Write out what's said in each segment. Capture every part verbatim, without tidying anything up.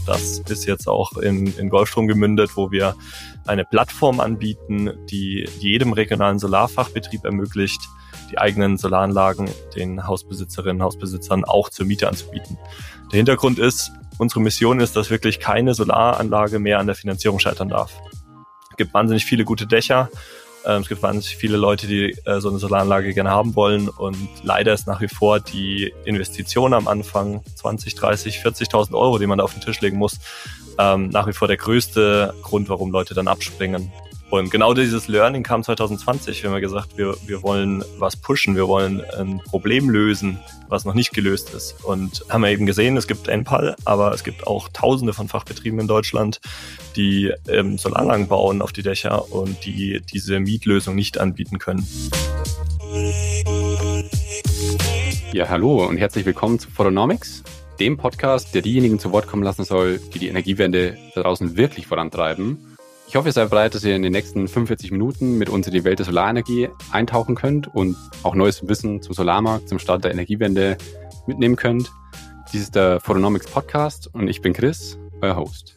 das ist jetzt auch in, in Golfstrom gemündet, wo wir eine Plattform anbieten, die jedem regionalen Solarfachbetrieb ermöglicht, die eigenen Solaranlagen den Hausbesitzerinnen und Hausbesitzern auch zur Miete anzubieten. Der Hintergrund ist, unsere Mission ist, dass wirklich keine Solaranlage mehr an der Finanzierung scheitern darf. Es gibt wahnsinnig viele gute Dächer. Es gibt wahnsinnig viele Leute, die äh, so eine Solaranlage gerne haben wollen, und leider ist nach wie vor die Investition am Anfang zwanzig, dreißig, vierzigtausend Euro, die man da auf den Tisch legen muss, ähm, nach wie vor der größte Grund, warum Leute dann abspringen. Und genau dieses Learning kam zwanzig zwanzig. Wir haben gesagt, wir, wir wollen was pushen, wir wollen ein Problem lösen, was noch nicht gelöst ist. Und haben wir eben gesehen, es gibt Enpal, aber es gibt auch Tausende von Fachbetrieben in Deutschland, die ähm, Solaranlagen bauen auf die Dächer und die diese Mietlösung nicht anbieten können. Ja, hallo und herzlich willkommen zu Photonomics, dem Podcast, der diejenigen zu Wort kommen lassen soll, die die Energiewende da draußen wirklich vorantreiben. Ich hoffe, ihr seid bereit, dass ihr in den nächsten fünfundvierzig Minuten mit uns in die Welt der Solarenergie eintauchen könnt und auch neues Wissen zum Solarmarkt, zum Start der Energiewende mitnehmen könnt. Dies ist der Photonomics Podcast und ich bin Chris, euer Host.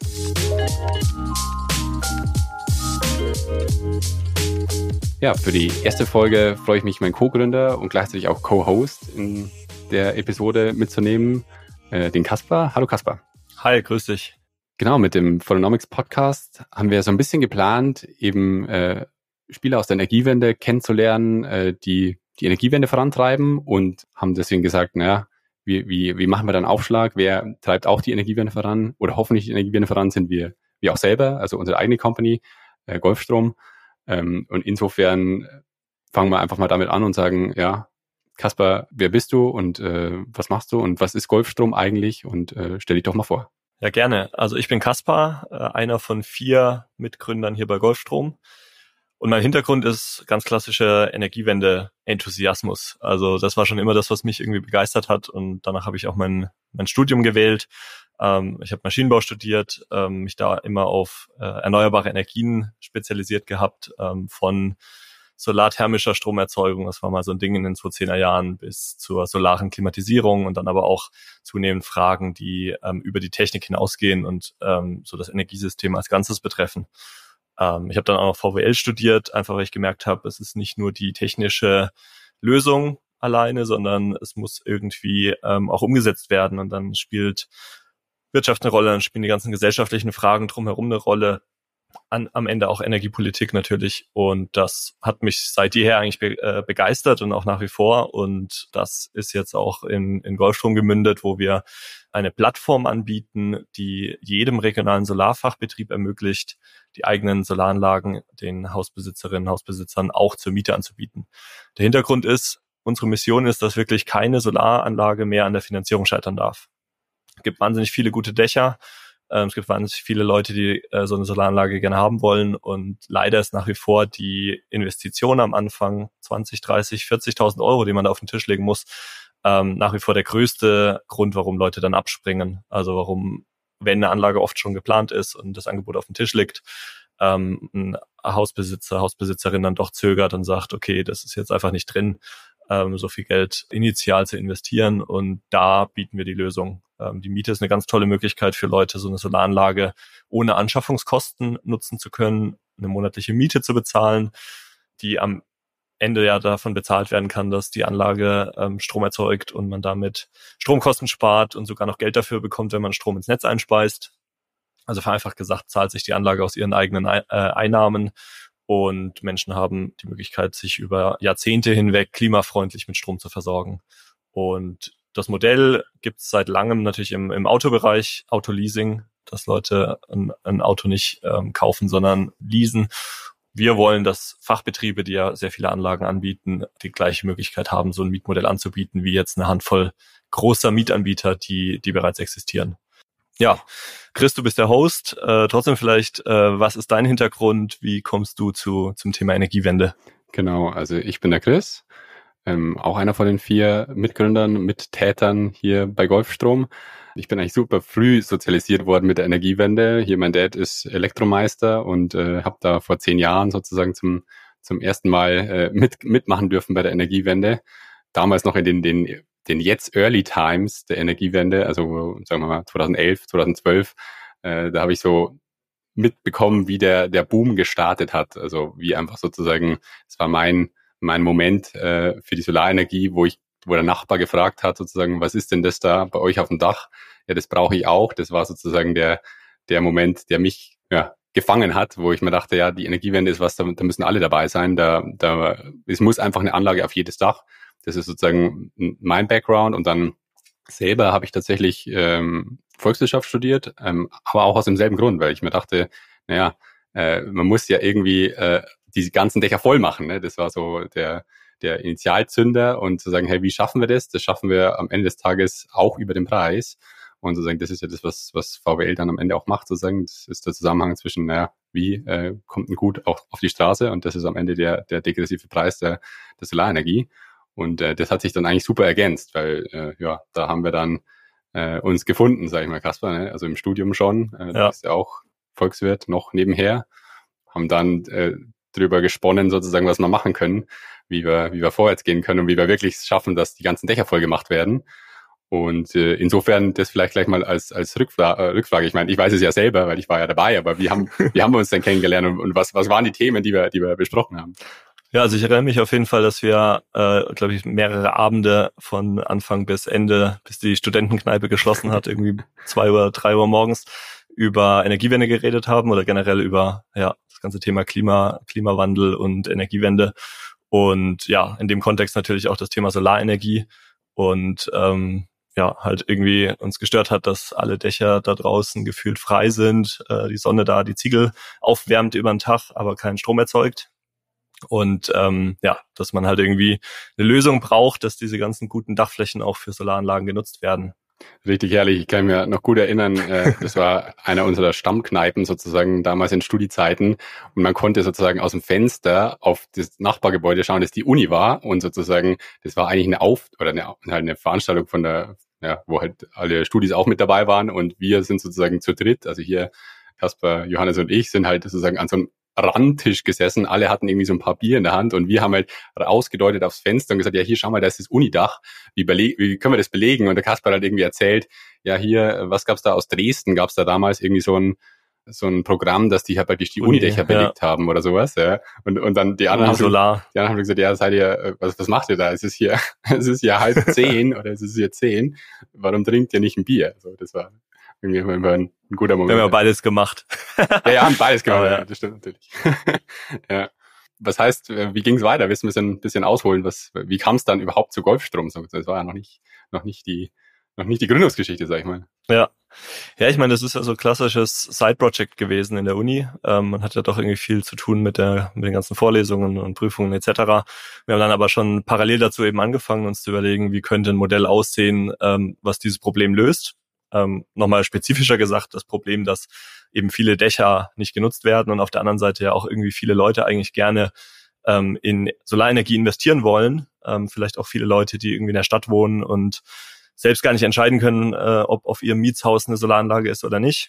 Ja, für die erste Folge freue ich mich, meinen Co-Gründer und gleichzeitig auch Co-Host in der Episode mitzunehmen, äh, den Kaspar. Hallo Kaspar. Hi, grüß dich. Genau, mit dem Photonomics Podcast haben wir so ein bisschen geplant, eben äh, Spieler aus der Energiewende kennenzulernen, äh, die die Energiewende vorantreiben, und haben deswegen gesagt, naja, wie, wie, wie machen wir dann Aufschlag? Wer treibt auch die Energiewende voran oder hoffentlich die Energiewende voran? Sind wir wir auch selber, also unsere eigene Company, äh, Golfstrom. Ähm, und insofern fangen wir einfach mal damit an und sagen, ja, Kaspar, wer bist du und äh, was machst du und was ist Golfstrom eigentlich? Und äh, stell dich doch mal vor. Ja, gerne. Also ich bin Kaspar, äh, einer von vier Mitgründern hier bei Golfstrom. Und mein Hintergrund ist ganz klassischer Energiewende-Enthusiasmus. Also das war schon immer das, was mich irgendwie begeistert hat. Und danach habe ich auch mein, mein Studium gewählt. Ähm, ich habe Maschinenbau studiert, ähm, mich da immer auf äh, erneuerbare Energien spezialisiert gehabt, ähm, von solarthermischer Stromerzeugung, das war mal so ein Ding in den zweitausendzehner Jahren, bis zur solaren Klimatisierung, und dann aber auch zunehmend Fragen, die ähm, über die Technik hinausgehen und ähm, so das Energiesystem als Ganzes betreffen. Ähm, ich habe dann auch noch V W L studiert, einfach weil ich gemerkt habe, es ist nicht nur die technische Lösung alleine, sondern es muss irgendwie ähm, auch umgesetzt werden, und dann spielt Wirtschaft eine Rolle, dann spielen die ganzen gesellschaftlichen Fragen drumherum eine Rolle. An, am Ende auch Energiepolitik natürlich, und das hat mich seit jeher eigentlich be, äh, begeistert und auch nach wie vor, und das ist jetzt auch in, in Golfstrom gemündet, wo wir eine Plattform anbieten, die jedem regionalen Solarfachbetrieb ermöglicht, die eigenen Solaranlagen den Hausbesitzerinnen und Hausbesitzern auch zur Miete anzubieten. Der Hintergrund ist, unsere Mission ist, dass wirklich keine Solaranlage mehr an der Finanzierung scheitern darf. Es gibt wahnsinnig viele gute Dächer. Es gibt wahnsinnig viele Leute, die äh, so eine Solaranlage gerne haben wollen, und leider ist nach wie vor die Investition am Anfang zwanzig, dreißig, vierzigtausend Euro, die man da auf den Tisch legen muss, ähm, nach wie vor der größte Grund, warum Leute dann abspringen. Also warum, wenn eine Anlage oft schon geplant ist und das Angebot auf dem Tisch liegt, ähm, ein Hausbesitzer, Hausbesitzerin dann doch zögert und sagt, okay, das ist jetzt einfach nicht drin, ähm, so viel Geld initial zu investieren, und da bieten wir die Lösung. Ähm, die Miete ist eine ganz tolle Möglichkeit für Leute, so eine Solaranlage ohne Anschaffungskosten nutzen zu können, eine monatliche Miete zu bezahlen, die am Ende ja davon bezahlt werden kann, dass die Anlage ähm, Strom erzeugt und man damit Stromkosten spart und sogar noch Geld dafür bekommt, wenn man Strom ins Netz einspeist. Also vereinfacht gesagt, zahlt sich die Anlage aus ihren eigenen äh, Einnahmen, und Menschen haben die Möglichkeit, sich über Jahrzehnte hinweg klimafreundlich mit Strom zu versorgen. Und das Modell gibt es seit langem natürlich im, im Autobereich, Autoleasing, dass Leute ein, ein Auto nicht ähm, kaufen, sondern leasen. Wir wollen, dass Fachbetriebe, die ja sehr viele Anlagen anbieten, die gleiche Möglichkeit haben, so ein Mietmodell anzubieten, wie jetzt eine Handvoll großer Mietanbieter, die, die bereits existieren. Ja, Chris, du bist der Host. Äh, trotzdem vielleicht, äh, was ist dein Hintergrund? Wie kommst du zu zum Thema Energiewende? Genau, also ich bin der Chris, ähm, auch einer von den vier Mitgründern, Mittätern hier bei Golfstrom. Ich bin eigentlich super früh sozialisiert worden mit der Energiewende. Hier mein Dad ist Elektromeister und äh, habe da vor zehn Jahren sozusagen zum zum ersten Mal äh, mit mitmachen dürfen bei der Energiewende. Damals noch in den den den jetzt Early Times der Energiewende, also sagen wir mal zweitausendelf, zweitausendzwölf, äh, da habe ich so mitbekommen, wie der der Boom gestartet hat. Also wie einfach sozusagen, es war mein mein Moment äh, für die Solarenergie, wo ich, wo der Nachbar gefragt hat, sozusagen, was ist denn das da bei euch auf dem Dach? Ja, das brauche ich auch. Das war sozusagen der der Moment, der mich ja gefangen hat, wo ich mir dachte, ja, die Energiewende ist was, da, da müssen alle dabei sein. Da da es muss einfach eine Anlage auf jedes Dach. Das ist sozusagen mein Background. Und dann selber habe ich tatsächlich ähm, Volkswirtschaft studiert, ähm, aber auch aus demselben Grund, weil ich mir dachte, naja, äh, man muss ja irgendwie äh, diese ganzen Dächer voll machen. Ne? Das war so der der Initialzünder und zu sagen, hey, wie schaffen wir das? Das schaffen wir am Ende des Tages auch über den Preis. Und sozusagen, das ist ja das, was was V W L dann am Ende auch macht, sozusagen. Das ist der Zusammenhang zwischen, naja, wie äh, kommt ein Gut auch auf die Straße? Und das ist am Ende der der degressive Preis der der Solarenergie. Und äh, das hat sich dann eigentlich super ergänzt, weil äh, ja, da haben wir dann äh, uns gefunden, sage ich mal, Kaspar, ne? Also im Studium schon, äh, du Ja. bist ja auch Volkswirt noch nebenher, haben dann äh, drüber gesponnen, sozusagen, was wir machen können, wie wir wie wir vorwärts gehen können und wie wir wirklich schaffen, dass die ganzen Dächer voll gemacht werden. Und äh, insofern das vielleicht gleich mal als als Rückfrage, äh, Rückfrage. Ich meine, ich weiß es ja selber, weil ich war ja dabei, aber wie haben wie haben wir uns denn kennengelernt und, und was was waren die Themen, die wir die wir besprochen haben? Ja, also ich erinnere mich auf jeden Fall, dass wir, äh, glaube ich, mehrere Abende von Anfang bis Ende, bis die Studentenkneipe geschlossen hat, irgendwie zwei Uhr, drei Uhr morgens, über Energiewende geredet haben oder generell über ja das ganze Thema Klima, Klimawandel und Energiewende. Und ja, in dem Kontext natürlich auch das Thema Solarenergie und ähm, ja, halt irgendwie uns gestört hat, dass alle Dächer da draußen gefühlt frei sind, äh, die Sonne da die Ziegel aufwärmt über den Tag, aber keinen Strom erzeugt. Und ähm, ja, dass man halt irgendwie eine Lösung braucht, dass diese ganzen guten Dachflächen auch für Solaranlagen genutzt werden. Richtig herrlich. Ich kann mich noch gut erinnern, äh, das war einer unserer Stammkneipen sozusagen damals in Studiezeiten und man konnte sozusagen aus dem Fenster auf das Nachbargebäude schauen, das die Uni war und sozusagen, das war eigentlich eine Auf- oder eine, halt eine Veranstaltung von der, ja, wo halt alle Studis auch mit dabei waren und wir sind sozusagen zu dritt, also hier Kaspar, Johannes und ich sind halt sozusagen an so einem Randtisch gesessen, alle hatten irgendwie so ein paar Bier in der Hand und wir haben halt ausgedeutet aufs Fenster und gesagt, ja, hier, schau mal, da ist das Unidach, wie, beleg- wie können wir das belegen? Und der Kaspar hat irgendwie erzählt, ja, hier, was gab's da aus Dresden? Gab's da damals irgendwie so ein so ein Programm, dass die halt praktisch die Uni, Unidächer ja. belegt haben oder sowas, ja. Und und dann die anderen haben, Solar. die anderen haben gesagt, ja, seid ihr, was was macht ihr da? Es ist hier, es ist hier halb zehn oder es ist hier zehn. Warum trinkt ihr nicht ein Bier? So, das war irgendwie immer ein, ein guter Moment. Wir haben ja beides gemacht. Ja, ja, haben beides gemacht, ja. ja, das stimmt natürlich. Ja. Was heißt, wie ging es weiter? Willst du ein bisschen, bisschen ausholen? Was, wie kam es dann überhaupt zu Golfstrom? Das war ja noch nicht, noch nicht die, noch nicht die Gründungsgeschichte, sag ich mal. Ja. Ja, ich meine, das ist ja so ein klassisches Side-Project gewesen in der Uni. Ähm, man hat ja doch irgendwie viel zu tun mit der, mit den ganzen Vorlesungen und Prüfungen et cetera. Wir haben dann aber schon parallel dazu eben angefangen, uns zu überlegen, wie könnte ein Modell aussehen, ähm, was dieses Problem löst. Ähm, nochmal spezifischer gesagt, das Problem, dass eben viele Dächer nicht genutzt werden und auf der anderen Seite ja auch irgendwie viele Leute eigentlich gerne ähm, in Solarenergie investieren wollen. Ähm, vielleicht auch viele Leute, die irgendwie in der Stadt wohnen und selbst gar nicht entscheiden können, äh, ob auf ihrem Mietshaus eine Solaranlage ist oder nicht.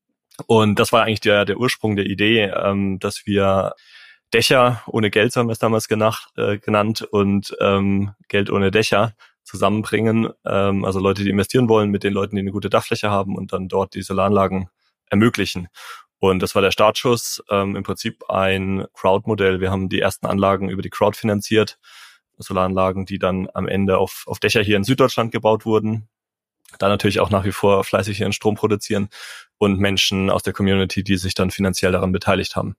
Und das war eigentlich der, der Ursprung der Idee, ähm, dass wir Dächer ohne Geld, haben wir es damals genannt, äh, genannt und ähm, Geld ohne Dächer zusammenbringen. Ähm, also Leute, die investieren wollen mit den Leuten, die eine gute Dachfläche haben und dann dort die Solaranlagen ermöglichen. Und das war der Startschuss, ähm, im Prinzip ein Crowd-Modell. Wir haben die ersten Anlagen über die Crowd finanziert, Solaranlagen, die dann am Ende auf, auf Dächer hier in Süddeutschland gebaut wurden. Da natürlich auch nach wie vor fleißig ihren Strom produzieren und Menschen aus der Community, die sich dann finanziell daran beteiligt haben.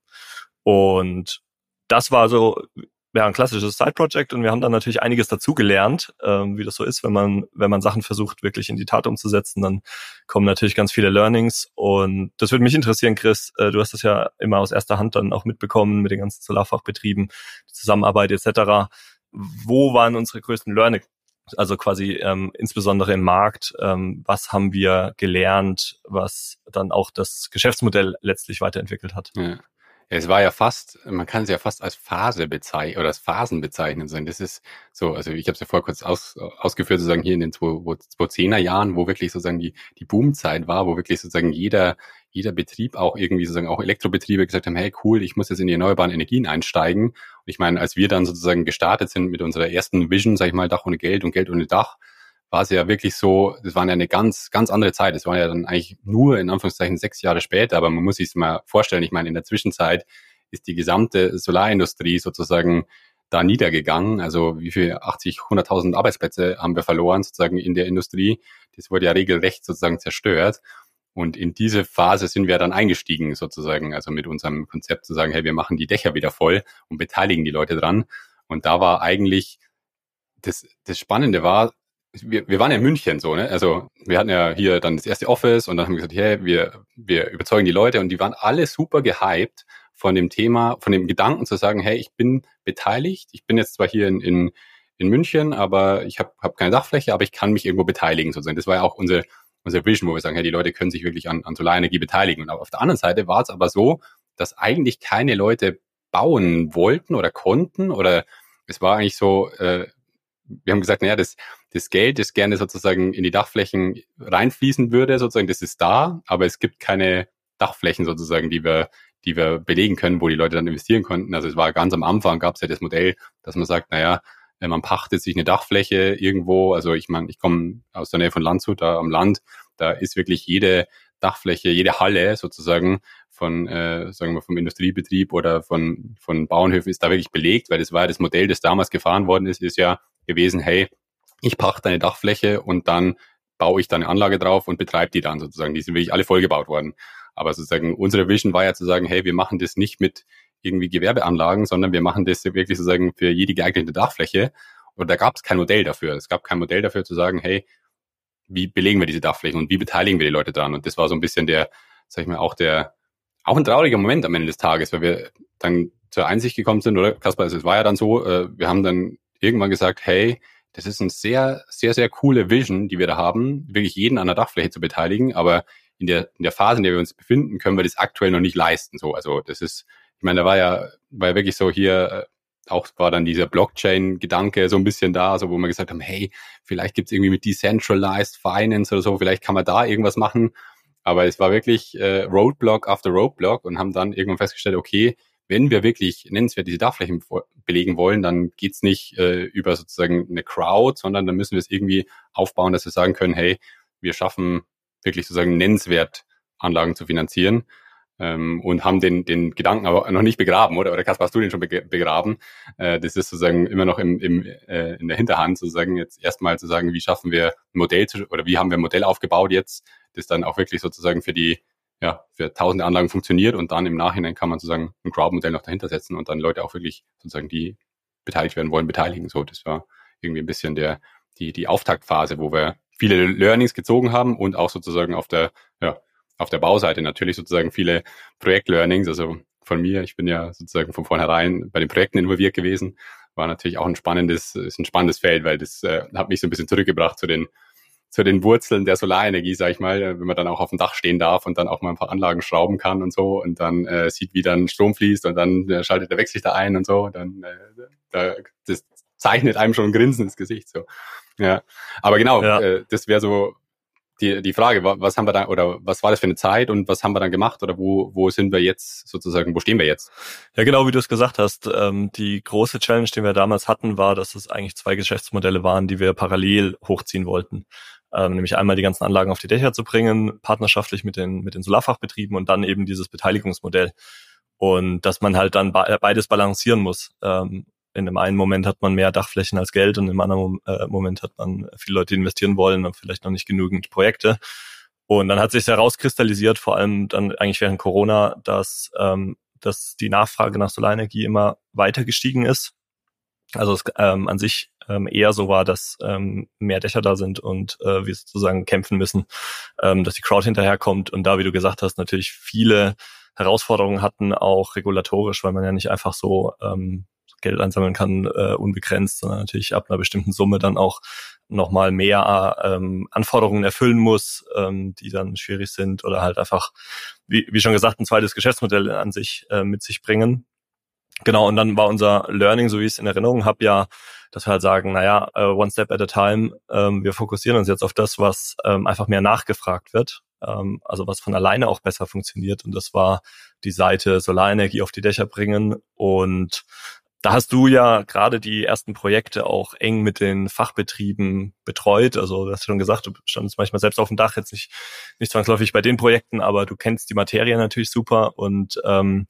Und das war so ja ein klassisches Side-Project und wir haben dann natürlich einiges dazugelernt, ähm, wie das so ist, wenn man wenn man Sachen versucht, wirklich in die Tat umzusetzen, dann kommen natürlich ganz viele Learnings und das würde mich interessieren, Chris, äh, du hast das ja immer aus erster Hand dann auch mitbekommen mit den ganzen Solarfachbetrieben, die Zusammenarbeit et cetera. Wo waren unsere größten Learnings? Also quasi ähm, insbesondere im Markt, ähm, was haben wir gelernt, was dann auch das Geschäftsmodell letztlich weiterentwickelt hat? Ja. Ja, es war ja fast, man kann es ja fast als Phase bezeichnen oder als Phasen bezeichnen sein. Das ist so, also ich habe es ja vorher kurz aus, ausgeführt, sozusagen hier in den zweitausendzehner Jahren, wo wirklich sozusagen die die Boomzeit war, wo wirklich sozusagen jeder jeder Betrieb, auch irgendwie sozusagen auch Elektrobetriebe gesagt haben, hey cool, ich muss jetzt in die erneuerbaren Energien einsteigen. Und ich meine, als wir dann sozusagen gestartet sind mit unserer ersten Vision, sag ich mal, Dach ohne Geld und Geld ohne Dach, war es ja wirklich so, das war ja eine ganz, ganz andere Zeit. Das war ja dann eigentlich nur in Anführungszeichen sechs Jahre später, aber man muss sich es mal vorstellen. Ich meine, in der Zwischenzeit ist die gesamte Solarindustrie sozusagen da niedergegangen. Also wie viel, achtzig, hunderttausend Arbeitsplätze haben wir verloren sozusagen in der Industrie. Das wurde ja regelrecht sozusagen zerstört. Und in diese Phase sind wir dann eingestiegen sozusagen, also mit unserem Konzept zu sagen, hey, wir machen die Dächer wieder voll und beteiligen die Leute dran. Und da war eigentlich, das, das Spannende war, wir, wir waren ja in München so, ne? Also wir hatten ja hier dann das erste Office und dann haben wir gesagt, hey, wir, wir überzeugen die Leute und die waren alle super gehypt von dem Thema, von dem Gedanken zu sagen, hey, ich bin beteiligt, ich bin jetzt zwar hier in, in, in München, aber ich habe hab keine Dachfläche, aber ich kann mich irgendwo beteiligen sozusagen. Das war ja auch unsere, unsere Vision, wo wir sagen, hey, die Leute können sich wirklich an, an Solarenergie beteiligen. Und auf der anderen Seite war es aber so, dass eigentlich keine Leute bauen wollten oder konnten oder es war eigentlich so, äh, wir haben gesagt, naja, das, das Geld, das gerne sozusagen in die Dachflächen reinfließen würde, sozusagen, das ist da, aber es gibt keine Dachflächen sozusagen, die wir, die wir belegen können, wo die Leute dann investieren konnten. Also es war ganz am Anfang, gab es ja das Modell, dass man sagt, naja, man pachtet sich eine Dachfläche irgendwo, also ich meine, ich komme aus der Nähe von Landshut, da am Land, da ist wirklich jede Dachfläche, jede Halle sozusagen von, äh, sagen wir, vom Industriebetrieb oder von, von Bauernhöfen ist da wirklich belegt, weil das war ja das Modell, das damals gefahren worden ist, ist ja gewesen, hey, ich pachte eine Dachfläche und dann baue ich da eine Anlage drauf und betreibe die dann sozusagen. Die sind wirklich alle vollgebaut worden. Aber sozusagen unsere Vision war ja zu sagen, hey, wir machen das nicht mit irgendwie Gewerbeanlagen, sondern wir machen das wirklich sozusagen für jede geeignete Dachfläche. Und da gab es kein Modell dafür. Es gab kein Modell dafür zu sagen, hey, wie belegen wir diese Dachflächen und wie beteiligen wir die Leute dran? Und das war so ein bisschen der, sag ich mal, auch der, auch ein trauriger Moment am Ende des Tages, weil wir dann zur Einsicht gekommen sind, oder Kaspar, also es war ja dann so, äh, wir haben dann irgendwann gesagt, hey, das ist eine sehr, sehr, sehr coole Vision, die wir da haben, wirklich jeden an der Dachfläche zu beteiligen, aber in der, in der Phase, in der wir uns befinden, können wir das aktuell noch nicht leisten. So, also das ist, ich meine, da war ja, war ja wirklich so hier, auch war dann dieser Blockchain-Gedanke so ein bisschen da, so wo wir gesagt haben, hey, vielleicht gibt's irgendwie mit Decentralized Finance oder so, vielleicht kann man da irgendwas machen. Aber es war wirklich äh, Roadblock after Roadblock und haben dann irgendwann festgestellt, okay, wenn wir wirklich nennenswert diese Dachflächen belegen wollen, dann geht's nicht äh, über sozusagen eine Crowd, sondern dann müssen wir es irgendwie aufbauen, dass wir sagen können, hey, wir schaffen wirklich sozusagen nennenswert Anlagen zu finanzieren. Ähm, und haben den den Gedanken aber noch nicht begraben, oder? Oder Kaspar, hast du den schon begraben? Äh, das ist sozusagen immer noch im, im äh, in der Hinterhand, sozusagen jetzt erstmal zu sagen, wie schaffen wir ein Modell zu, oder wie haben wir ein Modell aufgebaut jetzt, das dann auch wirklich sozusagen für die, ja, für tausende Anlagen funktioniert und dann im Nachhinein kann man sozusagen ein Crowd-Modell noch dahinter setzen und dann Leute auch wirklich sozusagen, die beteiligt werden wollen, beteiligen. So, das war irgendwie ein bisschen der die die Auftaktphase, wo wir viele Learnings gezogen haben und auch sozusagen auf der, ja, auf der Bauseite natürlich sozusagen viele Projektlearnings, also von mir, ich bin ja sozusagen von vornherein bei den Projekten involviert gewesen, war natürlich auch ein spannendes, ist ein spannendes Feld, weil das äh, hat mich so ein bisschen zurückgebracht zu den zu den Wurzeln der Solarenergie, sag ich mal, wenn man dann auch auf dem Dach stehen darf und dann auch mal ein paar Anlagen schrauben kann und so und dann äh, sieht, wie dann Strom fließt und dann äh, schaltet der Wechselrichter ein und so, dann äh, da, das zeichnet einem schon ein Grinsen ins Gesicht, so. Ja, aber genau, ja. äh, das wäre so die die Frage, was haben wir da oder was war das für eine Zeit und was haben wir dann gemacht oder wo wo sind wir jetzt sozusagen, wo stehen wir jetzt? Ja, genau, wie du es gesagt hast, ähm, die große Challenge, die wir damals hatten, war, dass es eigentlich zwei Geschäftsmodelle waren, die wir parallel hochziehen wollten. Ähm, nämlich einmal die ganzen Anlagen auf die Dächer zu bringen, partnerschaftlich mit den mit den Solarfachbetrieben und dann eben dieses Beteiligungsmodell. Und dass man halt dann be- beides balancieren muss. Ähm, in dem einen Moment hat man mehr Dachflächen als Geld und im anderen äh, Moment hat man viele Leute, die investieren wollen und vielleicht noch nicht genügend Projekte. Und dann hat sich herauskristallisiert, vor allem dann eigentlich während Corona, dass ähm, dass die Nachfrage nach Solarenergie immer weiter gestiegen ist. Also es ähm, an sich ähm, eher so war, dass ähm, mehr Dächer da sind und äh, wir sozusagen kämpfen müssen, ähm, dass die Crowd hinterherkommt. Und da, wie du gesagt hast, natürlich viele Herausforderungen hatten, auch regulatorisch, weil man ja nicht einfach so ähm, Geld einsammeln kann, äh, unbegrenzt, sondern natürlich ab einer bestimmten Summe dann auch nochmal mehr ähm, Anforderungen erfüllen muss, ähm, die dann schwierig sind oder halt einfach, wie, wie schon gesagt, ein zweites Geschäftsmodell an sich äh, mit sich bringen. Genau, und dann war unser Learning, so wie ich es in Erinnerung habe, ja, dass wir halt sagen, naja, uh, one step at a time, ähm, wir fokussieren uns jetzt auf das, was ähm, einfach mehr nachgefragt wird, ähm, also was von alleine auch besser funktioniert. Und das war die Seite Solarenergie auf die Dächer bringen und Da hast du ja gerade die ersten Projekte auch eng mit den Fachbetrieben betreut. Also du hast schon gesagt, du standest manchmal selbst auf dem Dach, jetzt nicht, nicht zwangsläufig bei den Projekten, aber du kennst die Materie natürlich super. Und ähm,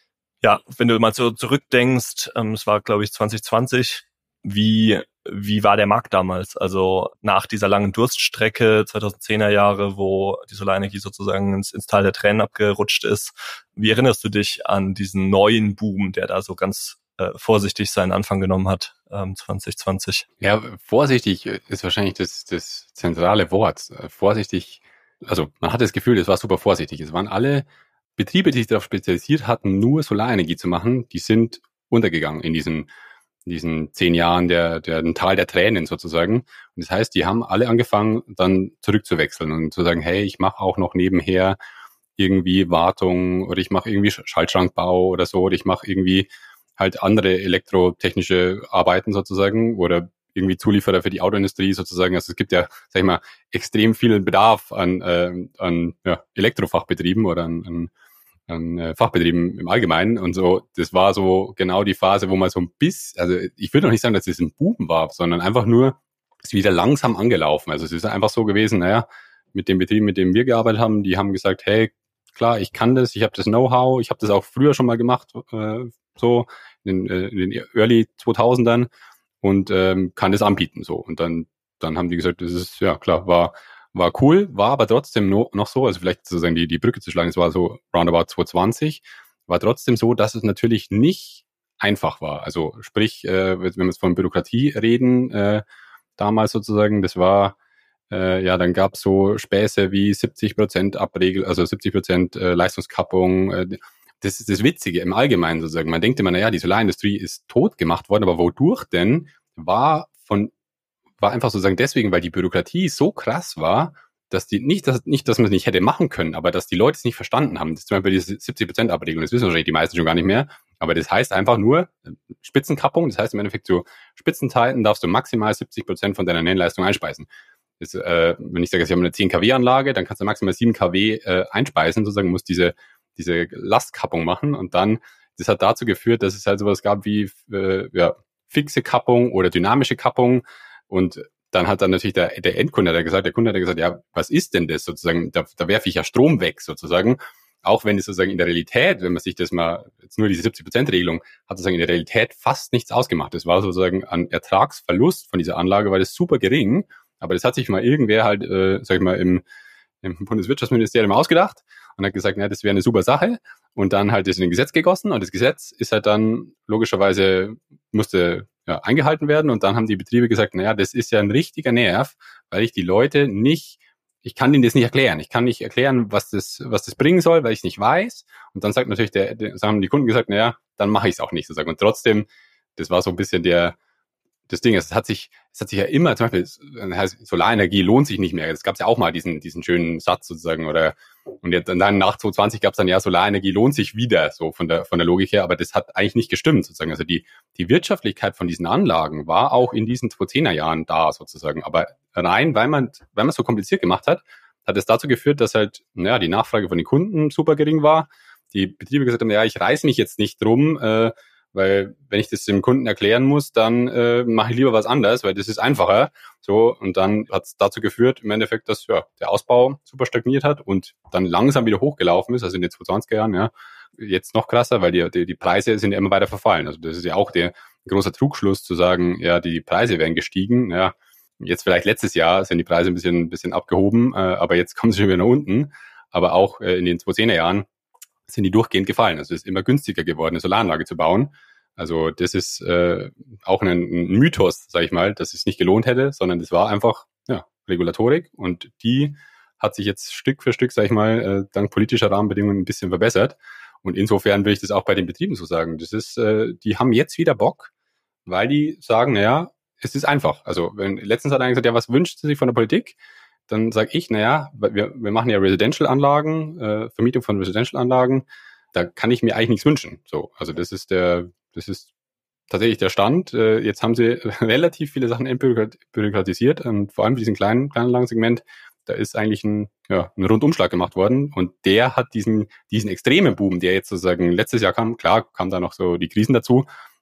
ja, wenn du mal so zurückdenkst, ähm, es war, glaube ich, zwanzig zwanzig, wie wie war der Markt damals? Also nach dieser langen Durststrecke zweitausendzehner Jahre, wo die Solarenergie sozusagen ins, ins Tal der Tränen abgerutscht ist. Wie erinnerst du dich an diesen neuen Boom, der da so ganz äh, vorsichtig seinen Anfang genommen hat, ähm, zwanzig zwanzig? Ja, vorsichtig ist wahrscheinlich das, das zentrale Wort. Vorsichtig, also man hat das Gefühl, es war super vorsichtig. Es waren alle Betriebe, die sich darauf spezialisiert hatten, nur Solarenergie zu machen, die sind untergegangen in diesen in diesen zehn Jahren der, der, der Tal der Tränen sozusagen. Und das heißt, die haben alle angefangen, dann zurückzuwechseln und zu sagen, hey, ich mache auch noch nebenher irgendwie Wartung oder ich mache irgendwie Schaltschrankbau oder so oder ich mache irgendwie halt andere elektrotechnische Arbeiten sozusagen oder irgendwie Zulieferer für die Autoindustrie sozusagen. Also es gibt ja, sag ich mal, extrem viel Bedarf an, äh, an ja, Elektrofachbetrieben oder an, an an äh, Fachbetrieben im Allgemeinen und so. Das war so genau die Phase, wo man so ein bisschen, also ich würde noch nicht sagen, dass es ein Boom war, sondern einfach nur, es ist wieder langsam angelaufen. Also es ist einfach so gewesen, naja, mit den Betrieben, mit denen wir gearbeitet haben, die haben gesagt, hey, klar, ich kann das, ich habe das Know-how, ich habe das auch früher schon mal gemacht, äh, so in, äh, in den Early zweitausendern und ähm, kann das anbieten. So. Und dann, dann haben die gesagt, das ist, ja klar, war War cool, war aber trotzdem no, noch so, also vielleicht sozusagen die, die Brücke zu schlagen, es war so roundabout zwanzig zwanzig, war trotzdem so, dass es natürlich nicht einfach war. Also sprich, äh, wenn wir jetzt von Bürokratie reden, äh, damals sozusagen, das war, äh, ja, dann gab es so Späße wie siebzig Prozent Abregel, also siebzig Prozent äh, Leistungskappung. Äh, das ist das Witzige im Allgemeinen sozusagen. Man denkt immer, naja, die Solarindustrie ist tot gemacht worden, aber wodurch denn? War von war einfach sozusagen deswegen, weil die Bürokratie so krass war, dass die, nicht, dass, nicht, dass man es nicht hätte machen können, aber dass die Leute es nicht verstanden haben. Das ist zum Beispiel diese siebzig Prozent Abregelung, das wissen wahrscheinlich die meisten schon gar nicht mehr, aber das heißt einfach nur Spitzenkappung, das heißt im Endeffekt zu Spitzenzeiten darfst du maximal siebzig Prozent von deiner Nennleistung einspeisen. Das, äh, wenn ich sage, ich habe eine zehn Kilowatt Anlage, dann kannst du maximal sieben Kilowatt äh, einspeisen, sozusagen, musst diese, diese Lastkappung machen und dann, das hat dazu geführt, dass es halt sowas gab wie, äh, ja, fixe Kappung oder dynamische Kappung. Und dann hat dann natürlich der, der Endkunde der gesagt, der Kunde hat gesagt, ja, was ist denn das sozusagen? Da, da werfe ich ja Strom weg sozusagen. Auch wenn es sozusagen in der Realität, wenn man sich das mal, jetzt nur diese siebzig Prozent Regelung, hat sozusagen in der Realität fast nichts ausgemacht. Das war sozusagen an Ertragsverlust von dieser Anlage, war das super gering. Aber das hat sich mal irgendwer halt, äh, sag ich mal, im, im Bundeswirtschaftsministerium ausgedacht und hat gesagt, na, das wäre eine super Sache. Und dann halt das in ein Gesetz gegossen und das Gesetz ist halt dann logischerweise musste ja, eingehalten werden und dann haben die Betriebe gesagt, naja, das ist ja ein richtiger Nerv, weil ich die Leute nicht, ich kann denen das nicht erklären. Ich kann nicht erklären, was das, was das bringen soll, weil ich es nicht weiß. Und dann sagt natürlich der, der haben die Kunden gesagt, naja, dann mache ich es auch nicht sozusagen. Und trotzdem, das war so ein bisschen der, das Ding, es hat sich, es hat sich ja immer, zum Beispiel, heißt, Solarenergie lohnt sich nicht mehr. Das gab es ja auch mal, diesen, diesen schönen Satz sozusagen, oder, und jetzt, und dann nach zwanzig zwanzig gab es dann, ja, Solarenergie lohnt sich wieder, so von der, von der Logik her, aber das hat eigentlich nicht gestimmt, sozusagen. Also die, die Wirtschaftlichkeit von diesen Anlagen war auch in diesen zweitausendzehner Jahren da, sozusagen. Aber rein, weil man, weil man es so kompliziert gemacht hat, hat es dazu geführt, dass halt, naja, die Nachfrage von den Kunden super gering war. Die Betriebe gesagt haben, ja, ich reiß mich jetzt nicht drum, äh, weil wenn ich das dem Kunden erklären muss, dann äh, mache ich lieber was anderes, weil das ist einfacher. So, und dann hat es dazu geführt, im Endeffekt, dass ja der Ausbau super stagniert hat und dann langsam wieder hochgelaufen ist, also in den zweitausendziger Jahren, ja. Jetzt noch krasser, weil die, die, die Preise sind ja immer weiter verfallen. Also das ist ja auch der große Trugschluss zu sagen, ja, die Preise werden gestiegen. Ja, jetzt vielleicht letztes Jahr sind die Preise ein bisschen, ein bisschen abgehoben, äh, aber jetzt kommen sie schon wieder nach unten. Aber auch äh, in den zweitausendzehner Jahren sind die durchgehend gefallen. Also es ist immer günstiger geworden, eine Solaranlage zu bauen. Also das ist äh, auch ein, ein Mythos, sage ich mal, dass es nicht gelohnt hätte, sondern das war einfach ja, Regulatorik und die hat sich jetzt Stück für Stück, sage ich mal, äh, dank politischer Rahmenbedingungen ein bisschen verbessert. Und insofern will ich das auch bei den Betrieben so sagen. Das ist, äh, die haben jetzt wieder Bock, weil die sagen, naja, es ist einfach. Also wenn letztens hat einer gesagt, ja, was wünscht sie sich von der Politik? Dann sage ich, naja, wir, wir machen ja Residential-Anlagen, äh, Vermietung von Residential-Anlagen, da kann ich mir eigentlich nichts wünschen. So, also das ist der, das ist tatsächlich der Stand. Äh, jetzt haben sie relativ viele Sachen entbürokratisiert und vor allem für diesen kleinen Kleinanlagensegment, da ist eigentlich ein, ja, ein Rundumschlag gemacht worden und der hat diesen, diesen extremen Boom, der jetzt sozusagen letztes Jahr kam, klar kam da noch so die Krisen dazu,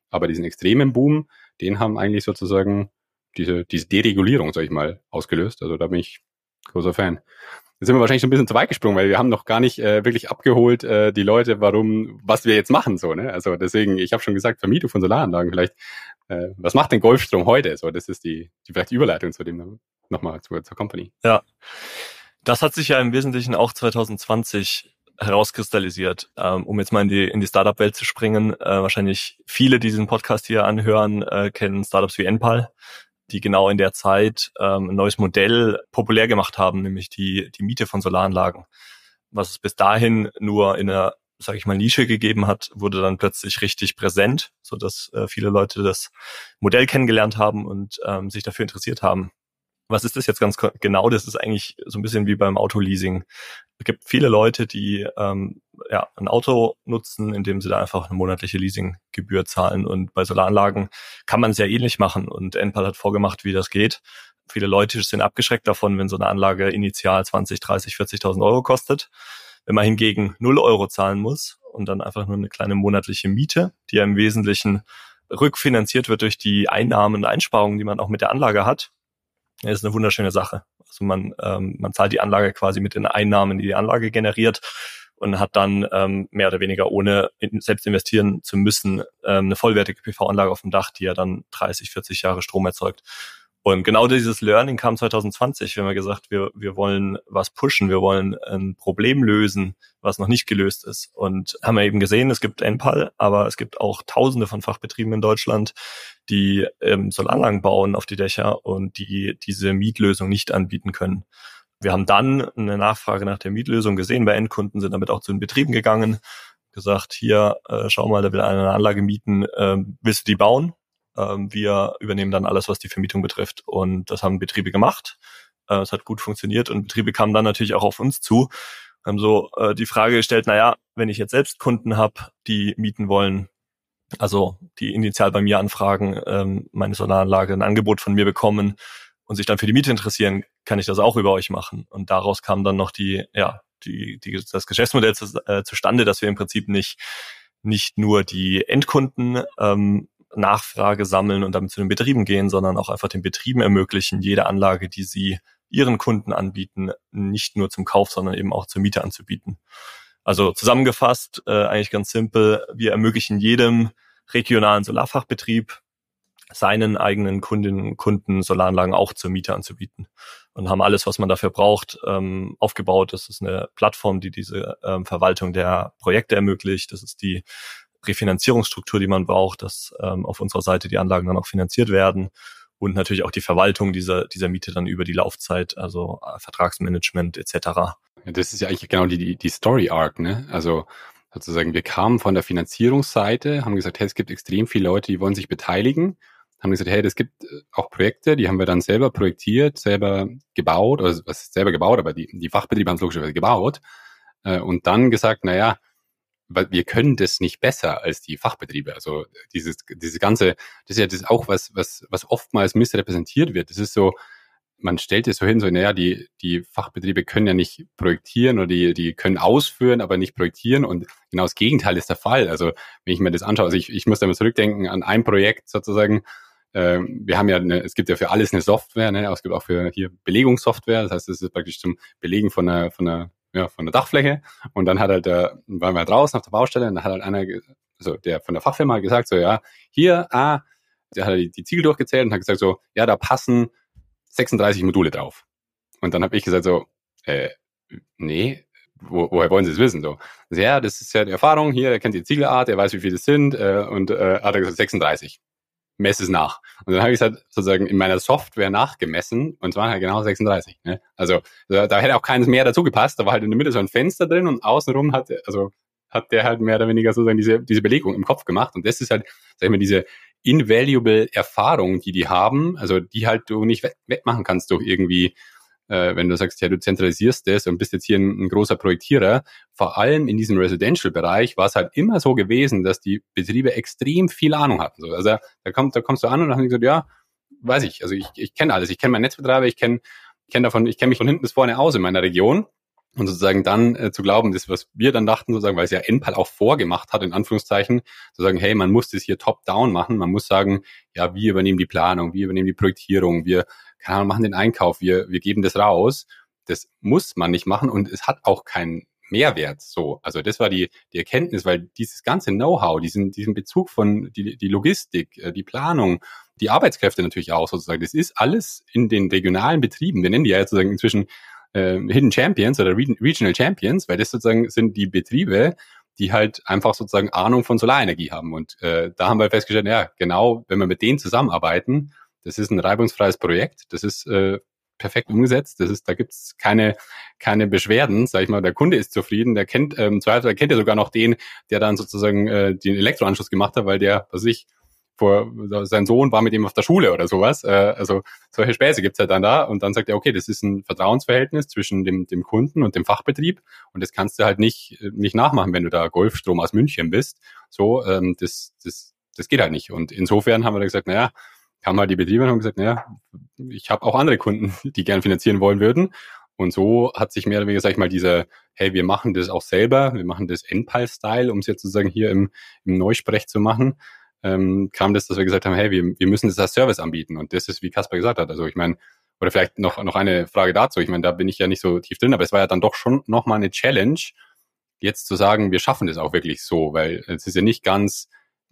Aber diesen extremen Boom, den haben eigentlich sozusagen diese, diese Deregulierung, sag ich mal, ausgelöst. Also da bin ich großer Fan. Jetzt sind wir wahrscheinlich schon ein bisschen zu weit gesprungen, weil wir haben noch gar nicht äh, wirklich abgeholt, äh, die Leute, warum, was wir jetzt machen, so, ne? Also deswegen, ich habe schon gesagt, Vermietung von Solaranlagen vielleicht. Äh, was macht denn Golfstrom heute? So, das ist die, die vielleicht die Überleitung zu dem nochmal zur, zur Company. Ja, das hat sich ja im Wesentlichen auch zwanzig zwanzig herauskristallisiert, ähm, um jetzt mal in die in die Startup-Welt zu springen. Äh, wahrscheinlich viele, die diesen Podcast hier anhören, äh, kennen Startups wie Enpal, die genau in der Zeit ähm, ein neues Modell populär gemacht haben, nämlich die die Miete von Solaranlagen. Was es bis dahin nur in einer, sage ich mal, Nische gegeben hat, wurde dann plötzlich richtig präsent, so dass äh, viele Leute das Modell kennengelernt haben und ähm, sich dafür interessiert haben. Was ist das jetzt ganz genau? Das ist eigentlich so ein bisschen wie beim Autoleasing. Es gibt viele Leute, die ähm, ja ein Auto nutzen, indem sie da einfach eine monatliche Leasinggebühr zahlen. Und bei Solaranlagen kann man es ja ähnlich machen. Und Enpal hat vorgemacht, wie das geht. Viele Leute sind abgeschreckt davon, wenn so eine Anlage initial zwanzig, dreißig, vierzigtausend Euro kostet. Wenn man hingegen null Euro zahlen muss und dann einfach nur eine kleine monatliche Miete, die ja im Wesentlichen rückfinanziert wird durch die Einnahmen und Einsparungen, die man auch mit der Anlage hat, das ist eine wunderschöne Sache. Also man ähm, man zahlt die Anlage quasi mit den Einnahmen, die die Anlage generiert, und hat dann ähm, mehr oder weniger, ohne in, selbst investieren zu müssen, ähm, eine vollwertige P V-Anlage auf dem Dach, die ja dann dreißig, vierzig Jahre Strom erzeugt. Und genau dieses Learning kam zwanzig zwanzig. Wir haben gesagt, wir wir wollen was pushen, wir wollen ein Problem lösen, was noch nicht gelöst ist. Und haben wir eben gesehen, es gibt Enpal, aber es gibt auch Tausende von Fachbetrieben in Deutschland, die ähm, Solaranlagen bauen auf die Dächer und die diese Mietlösung nicht anbieten können. Wir haben dann eine Nachfrage nach der Mietlösung gesehen bei Endkunden, sind damit auch zu den Betrieben gegangen, gesagt, hier, äh, schau mal, da will einer eine Anlage mieten, ähm, willst du die bauen? Ähm, wir übernehmen dann alles, was die Vermietung betrifft. Und das haben Betriebe gemacht. Äh, es hat gut funktioniert und Betriebe kamen dann natürlich auch auf uns zu, haben so äh, die Frage gestellt, naja, wenn ich jetzt selbst Kunden habe, die mieten wollen, also die initial bei mir anfragen, ähm, meine Solaranlage, ein Angebot von mir bekommen und sich dann für die Miete interessieren, kann ich das auch über euch machen. Und daraus kam dann noch die, ja, die, die das Geschäftsmodell zu, äh, zustande, dass wir im Prinzip nicht nicht nur die Endkunden ähm, Nachfrage sammeln und damit zu den Betrieben gehen, sondern auch einfach den Betrieben ermöglichen, jede Anlage, die sie ihren Kunden anbieten, nicht nur zum Kauf, sondern eben auch zur Miete anzubieten. Also zusammengefasst, äh, eigentlich ganz simpel, wir ermöglichen jedem regionalen Solarfachbetrieb, seinen eigenen Kundinnen und Kunden Solaranlagen auch zur Miete anzubieten und haben alles, was man dafür braucht, ähm, aufgebaut. Das ist eine Plattform, die diese ähm, Verwaltung der Projekte ermöglicht. Das ist die Refinanzierungsstruktur, die man braucht, dass ähm, auf unserer Seite die Anlagen dann auch finanziert werden und natürlich auch die Verwaltung dieser dieser Miete dann über die Laufzeit, also äh, Vertragsmanagement et cetera. Ja, das ist ja eigentlich genau die die Story Arc, ne? Also sozusagen, wir kamen von der Finanzierungsseite, haben gesagt, hey, es gibt extrem viele Leute, die wollen sich beteiligen, haben gesagt, hey, es gibt auch Projekte, die haben wir dann selber projektiert, selber gebaut, oder was ist selber gebaut, aber die die Fachbetriebe haben es logischerweise gebaut, äh, und dann gesagt, naja, weil wir können das nicht besser als die Fachbetriebe. Also dieses, diese ganze, das ist ja das auch was, was, was oftmals missrepräsentiert wird. Das ist so, man stellt es so hin, so, naja, die, die Fachbetriebe können ja nicht projektieren oder die, die können ausführen, aber nicht projektieren. Und genau das Gegenteil ist der Fall. Also wenn ich mir das anschaue, also ich, ich muss da mal zurückdenken an ein Projekt sozusagen. Ähm, wir haben ja, eine, es gibt ja für alles eine Software, ne? Es gibt auch für hier Belegungssoftware. Das heißt, es ist praktisch zum Belegen von einer, von einer ja, von der Dachfläche, und dann hat halt der, waren wir draußen auf der Baustelle, und dann hat halt einer, also der von der Fachfirma gesagt, so, ja, hier, ah, der hat die, die Ziegel durchgezählt und hat gesagt so, ja, da passen sechsunddreißig Module drauf. Und dann habe ich gesagt so, äh, nee, wo, woher wollen Sie es wissen? So, also, ja, das ist ja die Erfahrung, hier, er kennt die Ziegelart, er weiß, wie viele es sind, äh, und äh, hat er gesagt sechsunddreißig. Mess es nach. Und dann habe ich es halt sozusagen in meiner Software nachgemessen, und zwar halt genau sechsunddreißig. Ne? Also da, da hätte auch keines mehr dazu gepasst, da war halt in der Mitte so ein Fenster drin, und außenrum hat, also hat der halt mehr oder weniger sozusagen diese diese Belegung im Kopf gemacht. Und das ist halt, sag ich mal, diese invaluable Erfahrung, die die haben, also die halt du nicht wettmachen kannst durch irgendwie, äh, wenn du sagst, ja, du zentralisierst das und bist jetzt hier ein, ein großer Projektierer. Vor allem in diesem Residential-Bereich war es halt immer so gewesen, dass die Betriebe extrem viel Ahnung hatten. So, also da, kommt, da kommst du an und dann haben die gesagt, ja, weiß ich, also ich, ich kenne alles. Ich kenne meinen Netzbetreiber, ich kenne kenn davon, ich kenne mich von hinten bis vorne aus in meiner Region. Und sozusagen dann äh, zu glauben, das, was wir dann dachten, sozusagen, weil es ja Enpal auch vorgemacht hat, in Anführungszeichen, zu sagen, hey, man muss das hier top-down machen, man muss sagen, ja, wir übernehmen die Planung, wir übernehmen die Projektierung, wir keine Ahnung, machen den Einkauf, wir wir geben das raus. Das muss man nicht machen und es hat auch keinen Mehrwert. So, also das war die die Erkenntnis, weil dieses ganze Know-how, diesen diesen Bezug von die die Logistik, äh, die Planung, die Arbeitskräfte natürlich auch sozusagen, das ist alles in den regionalen Betrieben. Wir nennen die ja sozusagen inzwischen äh, Hidden Champions oder Re- Regional Champions, weil das sozusagen sind die Betriebe, die halt einfach sozusagen Ahnung von Solarenergie haben. Und äh, da haben wir festgestellt, ja, genau, wenn wir mit denen zusammenarbeiten, das ist ein reibungsfreies Projekt, das ist äh, perfekt umgesetzt, das ist, da gibt's keine keine Beschwerden, sag ich mal, der Kunde ist zufrieden, der kennt, ähm, zweifel, der kennt ja sogar noch den, der dann sozusagen äh, den Elektroanschluss gemacht hat, weil der, was weiß ich, vor, sein Sohn war mit ihm auf der Schule oder sowas. Äh, also solche Späße gibt's halt dann da und dann sagt er, okay, das ist ein Vertrauensverhältnis zwischen dem dem Kunden und dem Fachbetrieb und das kannst du halt nicht nicht nachmachen, wenn du da Golfstrom aus München bist. So, ähm, das das das geht halt nicht. Und insofern haben wir dann gesagt, naja, haben halt die Betriebe und haben gesagt, naja, ich habe auch andere Kunden, die gern finanzieren wollen würden. Und so hat sich mehr oder weniger, sag ich mal, dieser, hey, wir machen das auch selber, wir machen das Enpal-Style, um es jetzt sozusagen hier im, im Neusprech zu machen, ähm, kam das, dass wir gesagt haben, hey, wir, wir müssen das als Service anbieten. Und das ist, wie Caspar gesagt hat, also ich meine, oder vielleicht noch noch eine Frage dazu, ich meine, da bin ich ja nicht so tief drin, aber es war ja dann doch schon nochmal eine Challenge, jetzt zu sagen, wir schaffen das auch wirklich so, weil es ist ja nicht ganz,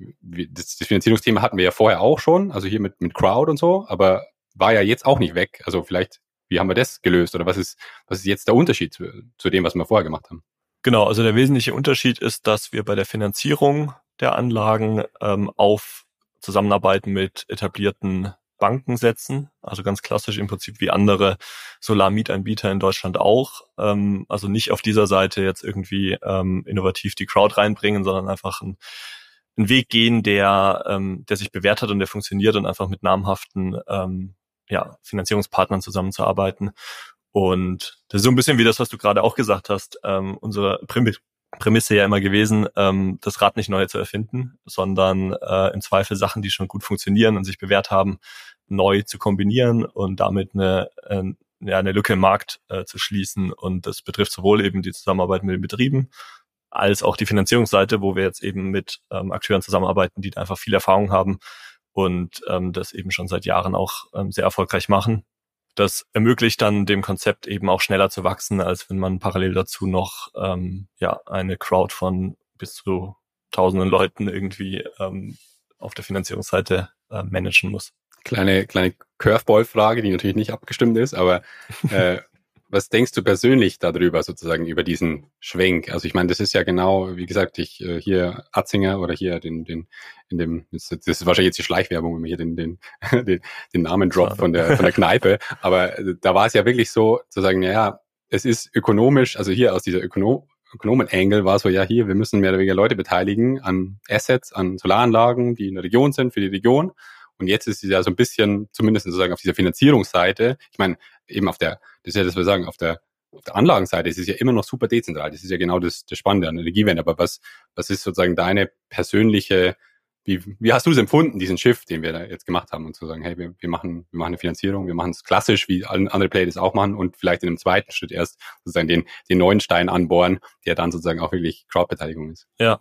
das, das Finanzierungsthema hatten wir ja vorher auch schon, also hier mit mit Crowd und so, aber war ja jetzt auch nicht weg. Also vielleicht, wie haben wir das gelöst oder was ist was ist jetzt der Unterschied zu, zu dem, was wir vorher gemacht haben? Genau, also der wesentliche Unterschied ist, dass wir bei der Finanzierung der Anlagen ähm, auf Zusammenarbeiten mit etablierten Banken setzen, also ganz klassisch im Prinzip wie andere Solarmietanbieter in Deutschland auch, ähm, also nicht auf dieser Seite jetzt irgendwie ähm, innovativ die Crowd reinbringen, sondern einfach ein einen Weg gehen, der ähm, der sich bewährt hat und der funktioniert und einfach mit namhaften ähm, ja, Finanzierungspartnern zusammenzuarbeiten. Und das ist so ein bisschen wie das, was du gerade auch gesagt hast, ähm, unsere Prämisse Prämisse ja immer gewesen, ähm, das Rad nicht neu zu erfinden, sondern äh, im Zweifel Sachen, die schon gut funktionieren und sich bewährt haben, neu zu kombinieren und damit eine, äh, ja, eine Lücke im Markt äh, zu schließen. Und das betrifft sowohl eben die Zusammenarbeit mit den Betrieben, als auch die Finanzierungsseite, wo wir jetzt eben mit ähm, Akteuren zusammenarbeiten, die da einfach viel Erfahrung haben und ähm, das eben schon seit Jahren auch ähm, sehr erfolgreich machen. Das ermöglicht dann dem Konzept eben auch schneller zu wachsen, als wenn man parallel dazu noch ähm, ja eine Crowd von bis zu tausenden Leuten irgendwie ähm, auf der Finanzierungsseite äh, managen muss. Kleine kleine Curveball-Frage, die natürlich nicht abgestimmt ist, aber äh, was denkst du persönlich darüber, sozusagen, über diesen Schwenk? Also ich meine, das ist ja genau, wie gesagt, ich äh, hier Atzinger oder hier den, den, in dem, das, das ist wahrscheinlich jetzt die Schleichwerbung, wenn man hier den, den, den, den Namen droppt von der, von der Kneipe. Aber äh, da war es ja wirklich so, zu sagen, naja, es ist ökonomisch, also hier aus dieser Ökono Ökonomen-Angle war es so, ja hier, wir müssen mehr oder weniger Leute beteiligen an Assets, an Solaranlagen, die in der Region sind, für die Region. Und jetzt ist es ja so ein bisschen, zumindest sozusagen auf dieser Finanzierungsseite, ich meine, eben auf der, das ist ja das, wir sagen, auf der, auf der Anlagenseite ist es ja immer noch super dezentral. Das ist ja genau das, das Spannende an der Energiewende. Aber was, was ist sozusagen deine persönliche, wie, wie hast du es empfunden, diesen Shift, den wir da jetzt gemacht haben und zu sagen, hey, wir, wir machen, wir machen eine Finanzierung, wir machen es klassisch, wie andere Player das auch machen und vielleicht in einem zweiten Schritt erst sozusagen den, den neuen Stein anbohren, der dann sozusagen auch wirklich Crowdbeteiligung ist. Ja.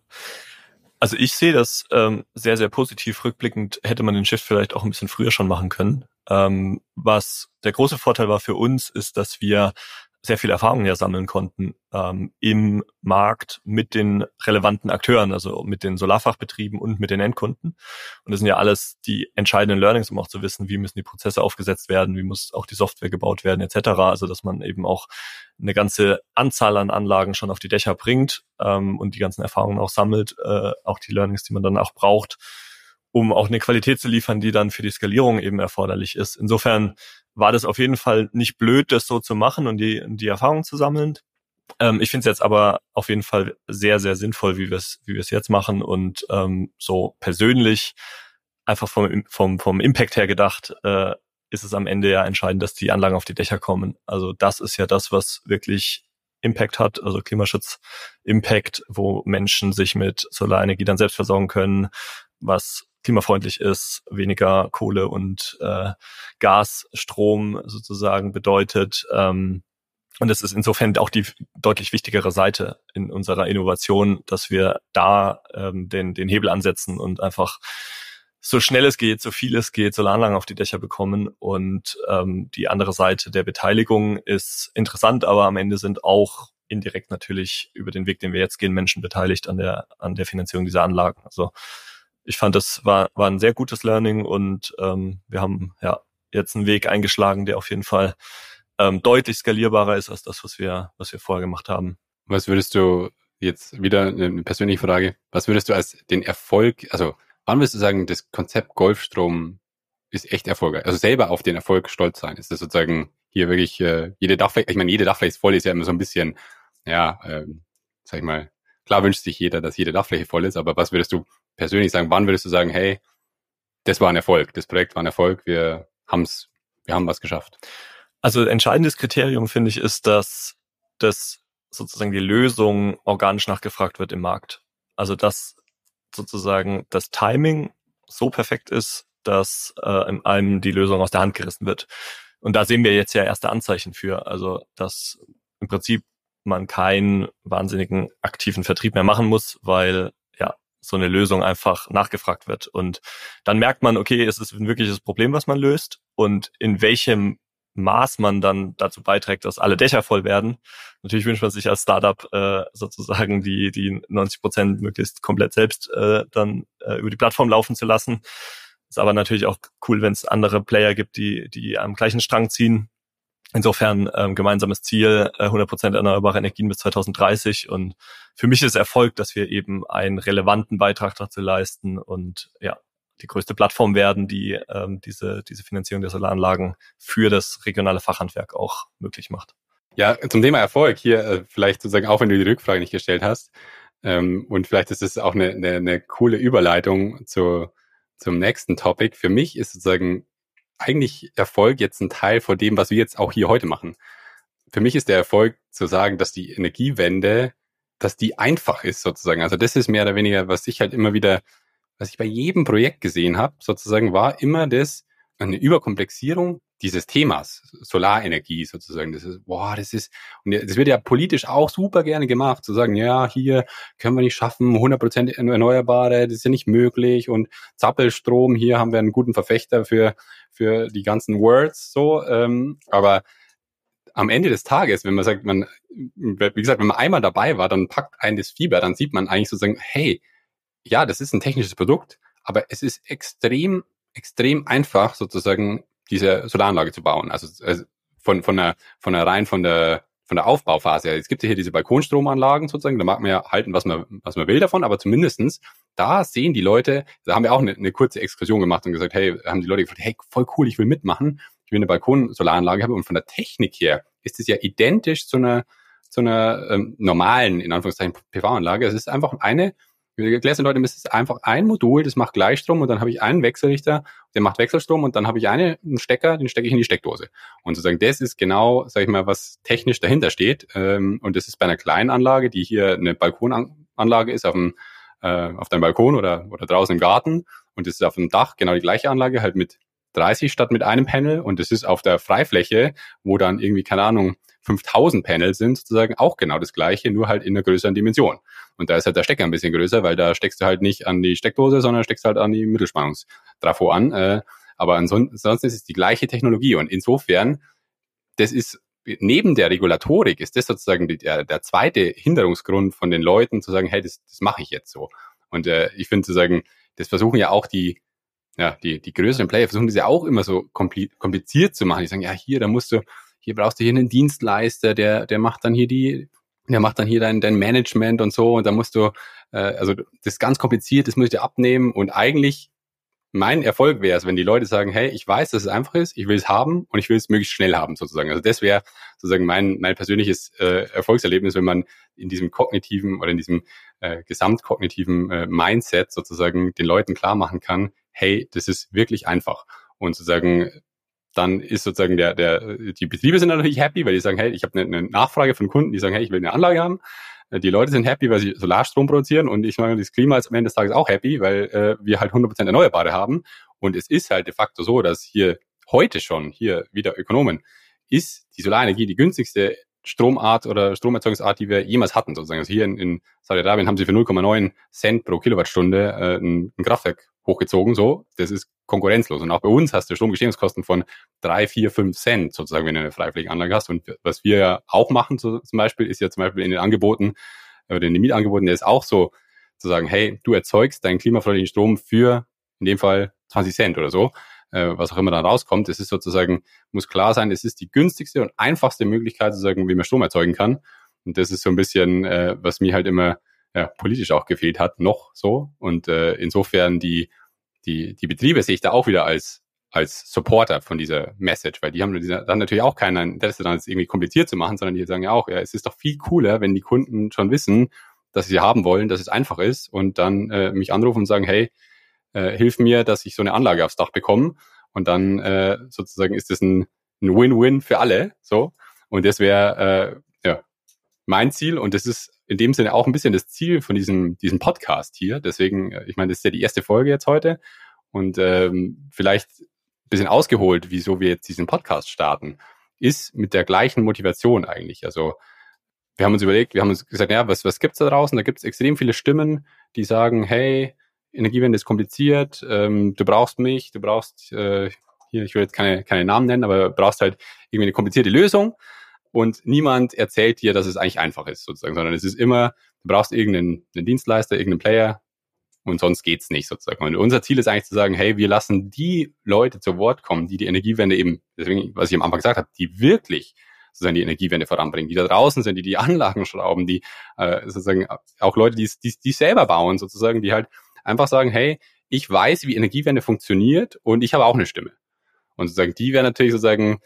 Also ich sehe das ähm, sehr, sehr positiv. Rückblickend hätte man den Shift vielleicht auch ein bisschen früher schon machen können. Ähm, was der große Vorteil war für uns, ist, dass wir sehr viel Erfahrung ja sammeln konnten ähm, im Markt mit den relevanten Akteuren, also mit den Solarfachbetrieben und mit den Endkunden. Und das sind ja alles die entscheidenden Learnings, um auch zu wissen, wie müssen die Prozesse aufgesetzt werden, wie muss auch die Software gebaut werden et cetera. Also dass man eben auch eine ganze Anzahl an Anlagen schon auf die Dächer bringt ähm, und die ganzen Erfahrungen auch sammelt, äh, auch die Learnings, die man dann auch braucht, um auch eine Qualität zu liefern, die dann für die Skalierung eben erforderlich ist. Insofern war das auf jeden Fall nicht blöd, das so zu machen und die, die Erfahrung zu sammeln. Ähm, ich finde es jetzt aber auf jeden Fall sehr, sehr sinnvoll, wie wir es wie wir es jetzt machen und ähm, so persönlich einfach vom, vom, vom Impact her gedacht, äh, ist es am Ende ja entscheidend, dass die Anlagen auf die Dächer kommen. Also das ist ja das, was wirklich Impact hat, also Klimaschutz-Impact, wo Menschen sich mit Solarenergie dann selbst versorgen können, was klimafreundlich ist, weniger Kohle und äh, Gas, Strom sozusagen bedeutet. Ähm, Und es ist insofern auch die deutlich wichtigere Seite in unserer Innovation, dass wir da ähm, den, den Hebel ansetzen und einfach so schnell es geht, so viel es geht, Solaranlagen auf die Dächer bekommen. Und ähm, die andere Seite der Beteiligung ist interessant, aber am Ende sind auch indirekt natürlich über den Weg, den wir jetzt gehen, Menschen beteiligt an der an der Finanzierung dieser Anlagen. Also ich fand, das war war ein sehr gutes Learning und ähm, wir haben ja jetzt einen Weg eingeschlagen, der auf jeden Fall ähm, deutlich skalierbarer ist als das, was wir was wir vorher gemacht haben. Was würdest du jetzt wieder eine persönliche Frage? Was würdest du als den Erfolg, also wann würdest du sagen, das Konzept Golfstrom ist echt erfolgreich? Also selber auf den Erfolg stolz sein. Ist das sozusagen hier wirklich äh, jede Dachfläche, ich meine, jede Dachfläche ist voll, ist ja immer so ein bisschen, ja, ähm, sag ich mal, klar wünscht sich jeder, dass jede Dachfläche voll ist, aber was würdest du persönlich sagen, wann würdest du sagen, hey, das war ein Erfolg, das Projekt war ein Erfolg, wir haben's, wir haben was geschafft? Also entscheidendes Kriterium, finde ich, ist, dass das sozusagen die Lösung organisch nachgefragt wird im Markt. Also dass sozusagen das Timing so perfekt ist, dass äh, in einem die Lösung aus der Hand gerissen wird. Und da sehen wir jetzt ja erste Anzeichen für. Also dass im Prinzip man keinen wahnsinnigen aktiven Vertrieb mehr machen muss, weil ja so eine Lösung einfach nachgefragt wird. Und dann merkt man, okay, es ist ein wirkliches Problem, was man löst und in welchem Maß man dann dazu beiträgt, dass alle Dächer voll werden. Natürlich wünscht man sich als Startup äh, sozusagen die die neunzig Prozent möglichst komplett selbst äh, dann äh, über die Plattform laufen zu lassen. Ist aber natürlich auch cool, wenn es andere Player gibt, die die am gleichen Strang ziehen. Insofern ähm, gemeinsames Ziel, äh, hundert Prozent erneuerbare Energien bis zwanzig dreißig. Und für mich ist Erfolg, dass wir eben einen relevanten Beitrag dazu leisten und ja, die größte Plattform werden, die ähm, diese diese Finanzierung der Solaranlagen für das regionale Fachhandwerk auch möglich macht. Ja, zum Thema Erfolg hier äh, vielleicht sozusagen, auch wenn du die Rückfrage nicht gestellt hast, ähm, und vielleicht ist es auch eine, eine, eine coole Überleitung zu, zum nächsten Topic. Für mich ist sozusagen eigentlich Erfolg jetzt ein Teil von dem, was wir jetzt auch hier heute machen. Für mich ist der Erfolg zu sagen, dass die Energiewende, dass die einfach ist sozusagen. Also das ist mehr oder weniger, was ich halt immer wieder, was ich bei jedem Projekt gesehen habe, sozusagen, war immer das, eine Überkomplexierung dieses Themas, Solarenergie sozusagen. Das ist, boah, das ist, und das wird ja politisch auch super gerne gemacht, zu sagen, ja, hier können wir nicht schaffen, hundert Prozent Erneuerbare, das ist ja nicht möglich und Zappelstrom, hier haben wir einen guten Verfechter für, für die ganzen Words, so, ähm, aber am Ende des Tages, wenn man sagt, man, wie gesagt, wenn man einmal dabei war, dann packt einen das Fieber, dann sieht man eigentlich sozusagen, hey, ja, das ist ein technisches Produkt, aber es ist extrem, extrem einfach sozusagen diese Solaranlage zu bauen. Also, also von von der von der rein von der von der Aufbauphase her. Es gibt ja hier diese Balkonstromanlagen sozusagen, da mag man ja halten, was man was man will davon, aber zumindestens da sehen die Leute, da haben wir auch eine, eine kurze Exkursion gemacht und gesagt, hey, haben die Leute gefragt, hey, voll cool, ich will mitmachen, ich will eine Balkonsolaranlage haben und von der Technik her ist es ja identisch zu einer zu einer ähm, normalen, in Anführungszeichen, P V-Anlage. Es ist einfach eine Ich erkläre den Leuten, es ist einfach ein Modul, das macht Gleichstrom und dann habe ich einen Wechselrichter, der macht Wechselstrom und dann habe ich eine, einen Stecker, den stecke ich in die Steckdose. Und sozusagen das ist genau, sage ich mal, was technisch dahinter steht. Und das ist bei einer kleinen Anlage, die hier eine Balkonanlage ist, auf dem äh, auf deinem Balkon oder oder draußen im Garten und das ist auf dem Dach genau die gleiche Anlage, halt mit dreißig statt mit einem Panel und das ist auf der Freifläche, wo dann irgendwie, keine Ahnung, fünftausend Panel sind sozusagen auch genau das Gleiche, nur halt in einer größeren Dimension. Und da ist halt der Stecker ein bisschen größer, weil da steckst du halt nicht an die Steckdose, sondern steckst halt an die Mittelspannungstrafo an. Äh, aber ansonsten, ansonsten ist es die gleiche Technologie. Und insofern, das ist, neben der Regulatorik, ist das sozusagen die, der, der zweite Hinderungsgrund von den Leuten, zu sagen, hey, das, das mache ich jetzt so. Und äh, ich finde zu sagen, das versuchen ja auch die, ja, die, die größeren Player, versuchen das ja auch immer so kompliziert zu machen. Die sagen, ja, hier, da musst du, hier brauchst du hier einen Dienstleister, der der macht dann hier die, der macht dann hier dein dein Management und so und da musst du, äh, also das ist ganz kompliziert, das muss ich dir abnehmen und eigentlich mein Erfolg wäre es, wenn die Leute sagen, hey, ich weiß, dass es einfach ist, ich will es haben und ich will es möglichst schnell haben sozusagen. Also das wäre sozusagen mein mein persönliches äh, Erfolgserlebnis, wenn man in diesem kognitiven oder in diesem äh, gesamtkognitiven äh, Mindset sozusagen den Leuten klar machen kann, hey, das ist wirklich einfach und sozusagen dann ist sozusagen der, der, die Betriebe sind natürlich happy, weil die sagen, hey, ich habe eine, eine Nachfrage von Kunden, die sagen, hey, ich will eine Anlage haben. Die Leute sind happy, weil sie Solarstrom produzieren und ich meine, das Klima ist am Ende des Tages auch happy, weil äh, wir halt hundert Prozent Erneuerbare haben. Und es ist halt de facto so, dass hier heute schon, hier wieder Ökonomen, ist die Solarenergie die günstigste Stromart oder Stromerzeugungsart, die wir jemals hatten, sozusagen. Also hier in, in Saudi-Arabien haben sie für null Komma neun Cent pro Kilowattstunde äh, ein, ein Kraftwerk hochgezogen, so. Das ist konkurrenzlos. Und auch bei uns hast du Stromgestehungskosten von drei, vier, fünf Cent, sozusagen, wenn du eine Freiflächenanlage hast. Und was wir ja auch machen, so, zum Beispiel, ist ja zum Beispiel in den Angeboten, oder in den Mietangeboten, der ist auch so, zu sagen, hey, du erzeugst deinen klimafreundlichen Strom für, in dem Fall, zwanzig Cent oder so, äh, was auch immer dann rauskommt. Das ist sozusagen, muss klar sein, es ist die günstigste und einfachste Möglichkeit, sozusagen, wie man Strom erzeugen kann. Und das ist so ein bisschen, äh, was mir halt immer ja, politisch auch gefehlt hat, noch so. Und äh, insofern die, die, die Betriebe sehe ich da auch wieder als als Supporter von dieser Message, weil die haben dann natürlich auch kein Interesse daran, es irgendwie kompliziert zu machen, sondern die sagen ja auch, ja, es ist doch viel cooler, wenn die Kunden schon wissen, dass sie haben wollen, dass es einfach ist und dann äh, mich anrufen und sagen, hey, äh, hilf mir, dass ich so eine Anlage aufs Dach bekomme und dann äh, sozusagen ist das ein, ein Win-Win für alle, so. Und das wäre äh, ja mein Ziel und das ist in dem Sinne auch ein bisschen das Ziel von diesem diesem Podcast hier. Deswegen, ich meine, das ist ja die erste Folge jetzt heute und ähm, vielleicht ein bisschen ausgeholt, wieso wir jetzt diesen Podcast starten, ist mit der gleichen Motivation eigentlich. Also wir haben uns überlegt, wir haben uns gesagt, ja, was was gibt's da draußen? Da gibt's extrem viele Stimmen, die sagen, hey, Energiewende ist kompliziert, ähm, du brauchst mich, du brauchst äh, hier, ich will jetzt keine keine Namen nennen, aber du brauchst halt irgendwie eine komplizierte Lösung. Und niemand erzählt dir, dass es eigentlich einfach ist, sozusagen, sondern es ist immer, du brauchst irgendeinen einen Dienstleister, irgendeinen Player und sonst geht's nicht, sozusagen. Und unser Ziel ist eigentlich zu sagen, hey, wir lassen die Leute zu Wort kommen, die die Energiewende eben, deswegen, was ich am Anfang gesagt habe, die wirklich sozusagen die Energiewende voranbringen, die da draußen sind, die die Anlagen schrauben, die äh, sozusagen auch Leute, die die die selber bauen, sozusagen, die halt einfach sagen, hey, ich weiß, wie Energiewende funktioniert und ich habe auch eine Stimme. Und sozusagen, die werden natürlich sozusagen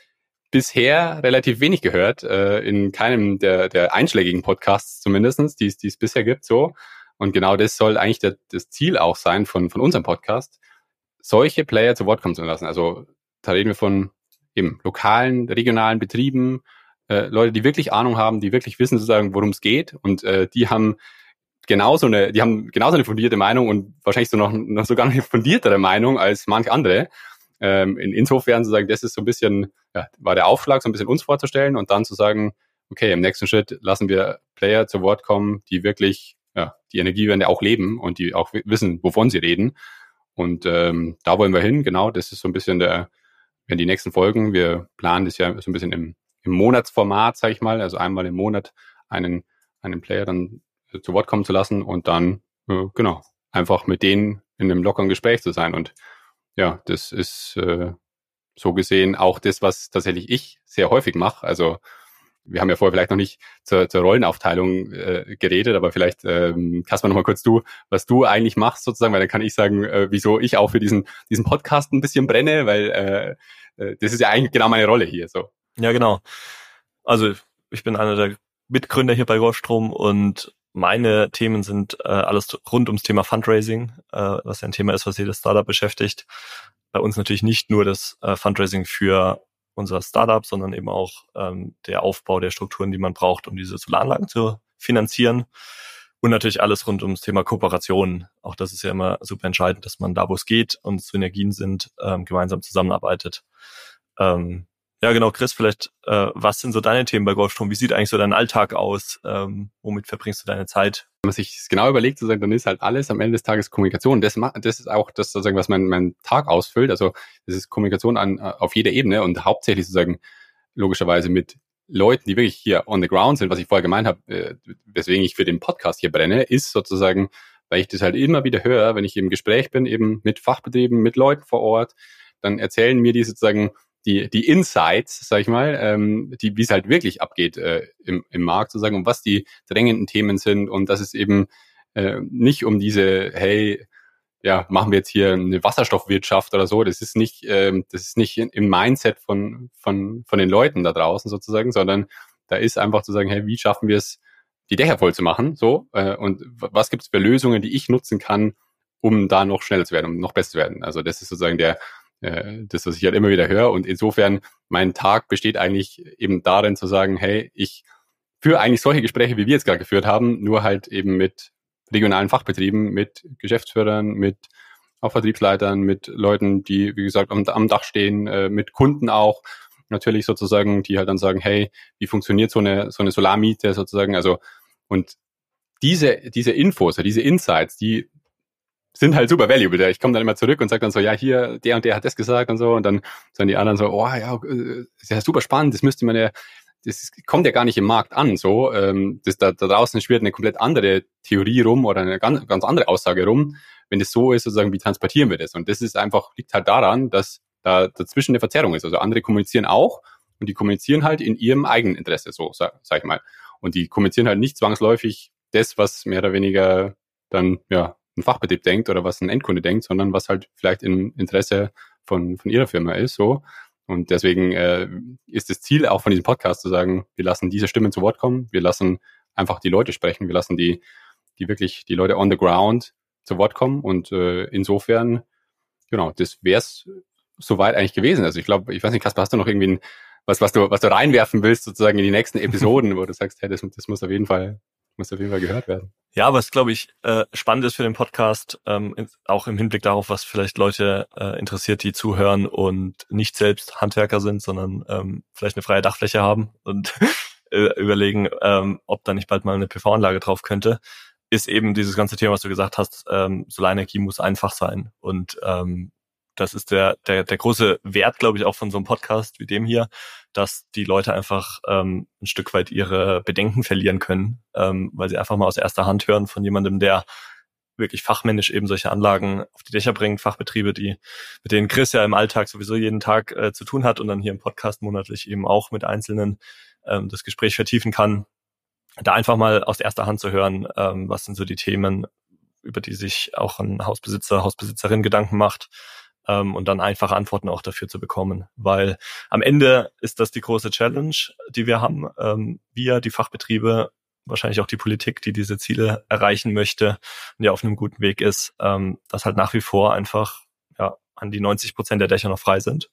bisher relativ wenig gehört, äh, in keinem der, der einschlägigen Podcasts zumindestens, die es, die es bisher gibt, so. Und genau das soll eigentlich der, das Ziel auch sein von, von unserem Podcast, solche Player zu Wort kommen zu lassen. Also da reden wir von eben lokalen, regionalen Betrieben, äh, Leute, die wirklich Ahnung haben, die wirklich wissen sozusagen, worum es geht. Und äh, die haben genauso eine, die haben genauso eine fundierte Meinung und wahrscheinlich so noch, noch sogar eine fundiertere Meinung als manche andere. Ähm, in, insofern sozusagen, das ist so ein bisschen, ja, war der Aufschlag, so ein bisschen uns vorzustellen und dann zu sagen, okay, im nächsten Schritt lassen wir Player zu Wort kommen, die wirklich ja, die Energiewende auch leben und die auch w- wissen, wovon sie reden. Und ähm, da wollen wir hin, genau, das ist so ein bisschen der, wenn die nächsten Folgen, wir planen das ja so ein bisschen im, im Monatsformat, sag ich mal, also einmal im Monat einen, einen Player dann äh, zu Wort kommen zu lassen und dann, äh, genau, einfach mit denen in einem lockeren Gespräch zu sein und ja, das ist äh, so gesehen auch das, was tatsächlich ich sehr häufig mache. Also wir haben ja vorher vielleicht noch nicht zur, zur Rollenaufteilung äh, geredet, aber vielleicht, ähm, Kaspar, noch mal kurz du, was du eigentlich machst sozusagen, weil dann kann ich sagen, äh, wieso ich auch für diesen diesen Podcast ein bisschen brenne, weil äh, äh, das ist ja eigentlich genau meine Rolle hier. So. Ja, genau. Also ich bin einer der Mitgründer hier bei Golfstrom und meine Themen sind äh, alles rund ums Thema Fundraising, äh, was ja ein Thema ist, was jedes Startup beschäftigt. Bei uns natürlich nicht nur das äh, Fundraising für unser Startup, sondern eben auch ähm, der Aufbau der Strukturen, die man braucht, um diese Solaranlagen zu finanzieren. Und natürlich alles rund ums Thema Kooperation. Auch das ist ja immer super entscheidend, dass man da, wo es geht und Synergien sind, ähm, gemeinsam zusammenarbeitet. Ähm, Ja, genau, Chris, vielleicht, äh, was sind so deine Themen bei Golfstrom? Wie sieht eigentlich so dein Alltag aus? Ähm, womit verbringst du deine Zeit? Wenn man sich das genau überlegt, sozusagen, dann ist halt alles am Ende des Tages Kommunikation. Das, das ist auch das, sozusagen, was mein, mein Tag ausfüllt. Also das ist Kommunikation an, auf jeder Ebene und hauptsächlich sozusagen logischerweise mit Leuten, die wirklich hier on the ground sind, was ich vorher gemeint habe, äh, weswegen ich für den Podcast hier brenne, ist sozusagen, weil ich das halt immer wieder höre, wenn ich im Gespräch bin, eben mit Fachbetrieben, mit Leuten vor Ort, dann erzählen mir die sozusagen die die Insights, sag ich mal, ähm, die wie es halt wirklich abgeht äh, im, im Markt sozusagen und was die drängenden Themen sind und dass es eben äh, nicht um diese, hey, ja, machen wir jetzt hier eine Wasserstoffwirtschaft oder so, das ist nicht ähm, das ist nicht im Mindset von von von den Leuten da draußen sozusagen, sondern da ist einfach zu sagen, hey, wie schaffen wir es, die Dächer voll zu machen, so äh, und was gibt es für Lösungen, die ich nutzen kann, um da noch schneller zu werden, um noch besser zu werden. Also das ist sozusagen der das, was ich halt immer wieder höre. Und insofern, mein Tag besteht eigentlich eben darin zu sagen, hey, ich führe eigentlich solche Gespräche, wie wir jetzt gerade geführt haben, nur halt eben mit regionalen Fachbetrieben, mit Geschäftsführern, mit auch Vertriebsleitern, mit Leuten, die, wie gesagt, am, am Dach stehen, äh, mit Kunden auch. natürlich sozusagen, die halt dann sagen, hey, wie funktioniert so eine so eine Solarmiete sozusagen, also und diese diese Infos, diese Insights, die sind halt super valuable. Ich komme dann immer zurück und sage dann so, ja, hier, der und der hat das gesagt und so, und dann sagen die anderen so, oh ja, ist ja super spannend, das müsste man ja, das kommt ja gar nicht im Markt an, so, ähm, das, da, da draußen schwirrt eine komplett andere Theorie rum oder eine ganz, ganz andere Aussage rum. Wenn das so ist, sozusagen, wie transportieren wir das? Und das ist einfach, liegt halt daran, dass da dazwischen eine Verzerrung ist. Also andere kommunizieren auch und die kommunizieren halt in ihrem eigenen Interesse, so, sag, sag ich mal. Und die kommunizieren halt nicht zwangsläufig das, was mehr oder weniger dann, ja, ein Fachbetrieb denkt oder was ein Endkunde denkt, sondern was halt vielleicht im Interesse von, von ihrer Firma ist, so. Und deswegen äh, ist das Ziel auch von diesem Podcast zu sagen, wir lassen diese Stimmen zu Wort kommen, wir lassen einfach die Leute sprechen, wir lassen die, die wirklich, die Leute on the ground zu Wort kommen und äh, insofern, genau, das wär's soweit eigentlich gewesen. Also ich glaube, ich weiß nicht, Kasper, hast du noch irgendwie ein, was, was du, was du reinwerfen willst sozusagen in die nächsten Episoden, wo du sagst, hey, das, das muss auf jeden Fall, muss auf jeden Fall gehört werden. Ja, was, glaube ich, äh, spannend ist für den Podcast, ähm, in, auch im Hinblick darauf, was vielleicht Leute äh, interessiert, die zuhören und nicht selbst Handwerker sind, sondern ähm, vielleicht eine freie Dachfläche haben und äh, überlegen, ähm, ob da nicht bald mal eine P V-Anlage drauf könnte, ist eben dieses ganze Thema, was du gesagt hast, ähm, Solarenergie muss einfach sein. Und ähm, das ist der, der, der große Wert, glaube ich, auch von so einem Podcast wie dem hier, dass die Leute einfach ähm, ein Stück weit ihre Bedenken verlieren können, ähm, weil sie einfach mal aus erster Hand hören von jemandem, der wirklich fachmännisch eben solche Anlagen auf die Dächer bringt, Fachbetriebe, die mit denen Chris ja im Alltag sowieso jeden Tag äh, zu tun hat und dann hier im Podcast monatlich eben auch mit Einzelnen ähm, das Gespräch vertiefen kann. Da einfach mal aus erster Hand zu hören, ähm, was sind so die Themen, über die sich auch ein Hausbesitzer, Hausbesitzerin Gedanken macht, ähm, und dann einfache Antworten auch dafür zu bekommen. Weil am Ende ist das die große Challenge, die wir haben. Ähm, wir, die Fachbetriebe, wahrscheinlich auch die Politik, die diese Ziele erreichen möchte und ja auf einem guten Weg ist, ähm, dass halt nach wie vor einfach ja an die neunzig Prozent der Dächer noch frei sind.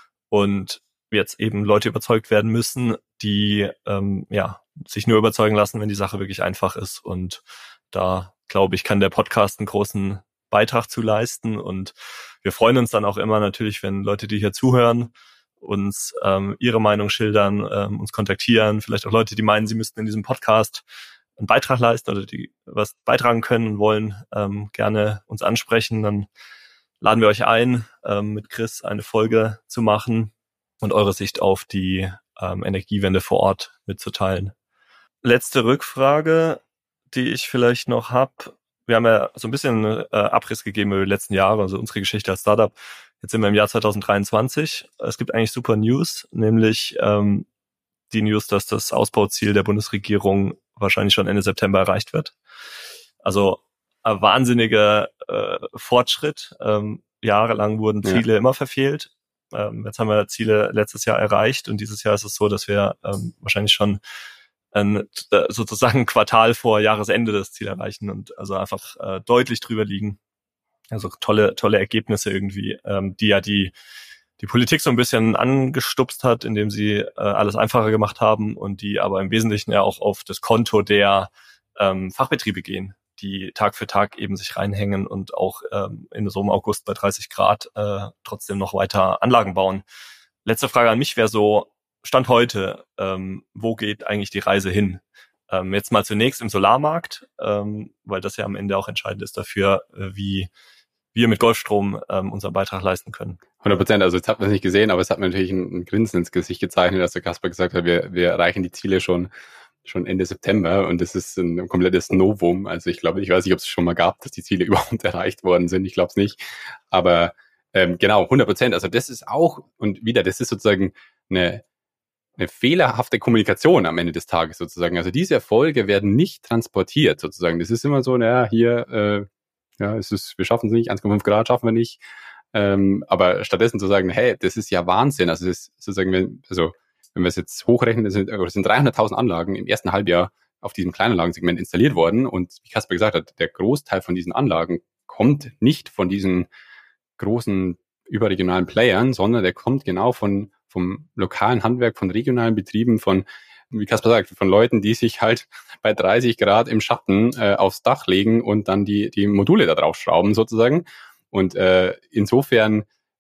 Und jetzt eben Leute überzeugt werden müssen, die ähm, ja sich nur überzeugen lassen, wenn die Sache wirklich einfach ist. Und da, glaube ich, kann der Podcast einen großen Beitrag zu leisten. Und wir freuen uns dann auch immer natürlich, wenn Leute, die hier zuhören, uns ähm, ihre Meinung schildern, ähm, uns kontaktieren. Vielleicht auch Leute, die meinen, sie müssten in diesem Podcast einen Beitrag leisten oder die was beitragen können und wollen, ähm, gerne uns ansprechen. Dann laden wir euch ein, ähm, mit Chris eine Folge zu machen und eure Sicht auf die ähm, Energiewende vor Ort mitzuteilen. Letzte Rückfrage, die ich vielleicht noch habe. Wir haben ja so ein bisschen äh, Abriss gegeben über die letzten Jahre, also unsere Geschichte als Startup. Jetzt sind wir im Jahr zwanzig dreiundzwanzig. Es gibt eigentlich super News, nämlich ähm, die News, dass das Ausbauziel der Bundesregierung wahrscheinlich schon Ende September erreicht wird. Also ein wahnsinniger äh, Fortschritt. Ähm, jahrelang wurden Ziele ja. immer verfehlt. Ähm, jetzt haben wir Ziele letztes Jahr erreicht und dieses Jahr ist es so, dass wir ähm, wahrscheinlich schon ein, sozusagen ein Quartal vor Jahresende das Ziel erreichen und also einfach äh, deutlich drüber liegen. Also tolle tolle Ergebnisse irgendwie, ähm, die ja die die Politik so ein bisschen angestupst hat, indem sie äh, alles einfacher gemacht haben und die aber im Wesentlichen ja auch auf das Konto der ähm, Fachbetriebe gehen, die Tag für Tag eben sich reinhängen und auch ähm, in so einem August bei dreißig Grad äh, trotzdem noch weiter Anlagen bauen. Letzte Frage an mich wäre so, Stand heute, ähm, wo geht eigentlich die Reise hin? Ähm, jetzt mal zunächst im Solarmarkt, ähm, weil das ja am Ende auch entscheidend ist dafür, äh, wie wir mit Golfstrom ähm, unseren Beitrag leisten können. hundert Prozent, also jetzt hat man es nicht gesehen, aber es hat mir natürlich ein, ein Grinsen ins Gesicht gezeichnet, dass der Kasper gesagt hat, wir, wir erreichen die Ziele schon schon Ende September und das ist ein komplettes Novum. Also ich glaube, ich weiß nicht, ob es schon mal gab, dass die Ziele überhaupt erreicht worden sind. Ich glaube es nicht. Aber ähm, genau, hundert Prozent. Also das ist auch, und wieder, das ist sozusagen eine, eine fehlerhafte Kommunikation am Ende des Tages sozusagen. Also diese Erfolge werden nicht transportiert sozusagen. Das ist immer so, naja, hier, äh, ja, es ist, wir schaffen es nicht, eins Komma fünf Grad schaffen wir nicht. Ähm, aber stattdessen zu sagen, hey, das ist ja Wahnsinn. Also das ist sozusagen, wenn, also wenn wir es jetzt hochrechnen, das sind, das sind dreihunderttausend Anlagen im ersten Halbjahr auf diesem Kleinanlagensegment installiert worden. Und wie Kasper gesagt hat, der Großteil von diesen Anlagen kommt nicht von diesen großen überregionalen Playern, sondern der kommt genau von vom lokalen Handwerk, von regionalen Betrieben, von, wie Kasper sagt, von Leuten, die sich halt bei dreißig Grad im Schatten äh, aufs Dach legen und dann die die Module da drauf schrauben sozusagen. Und äh, insofern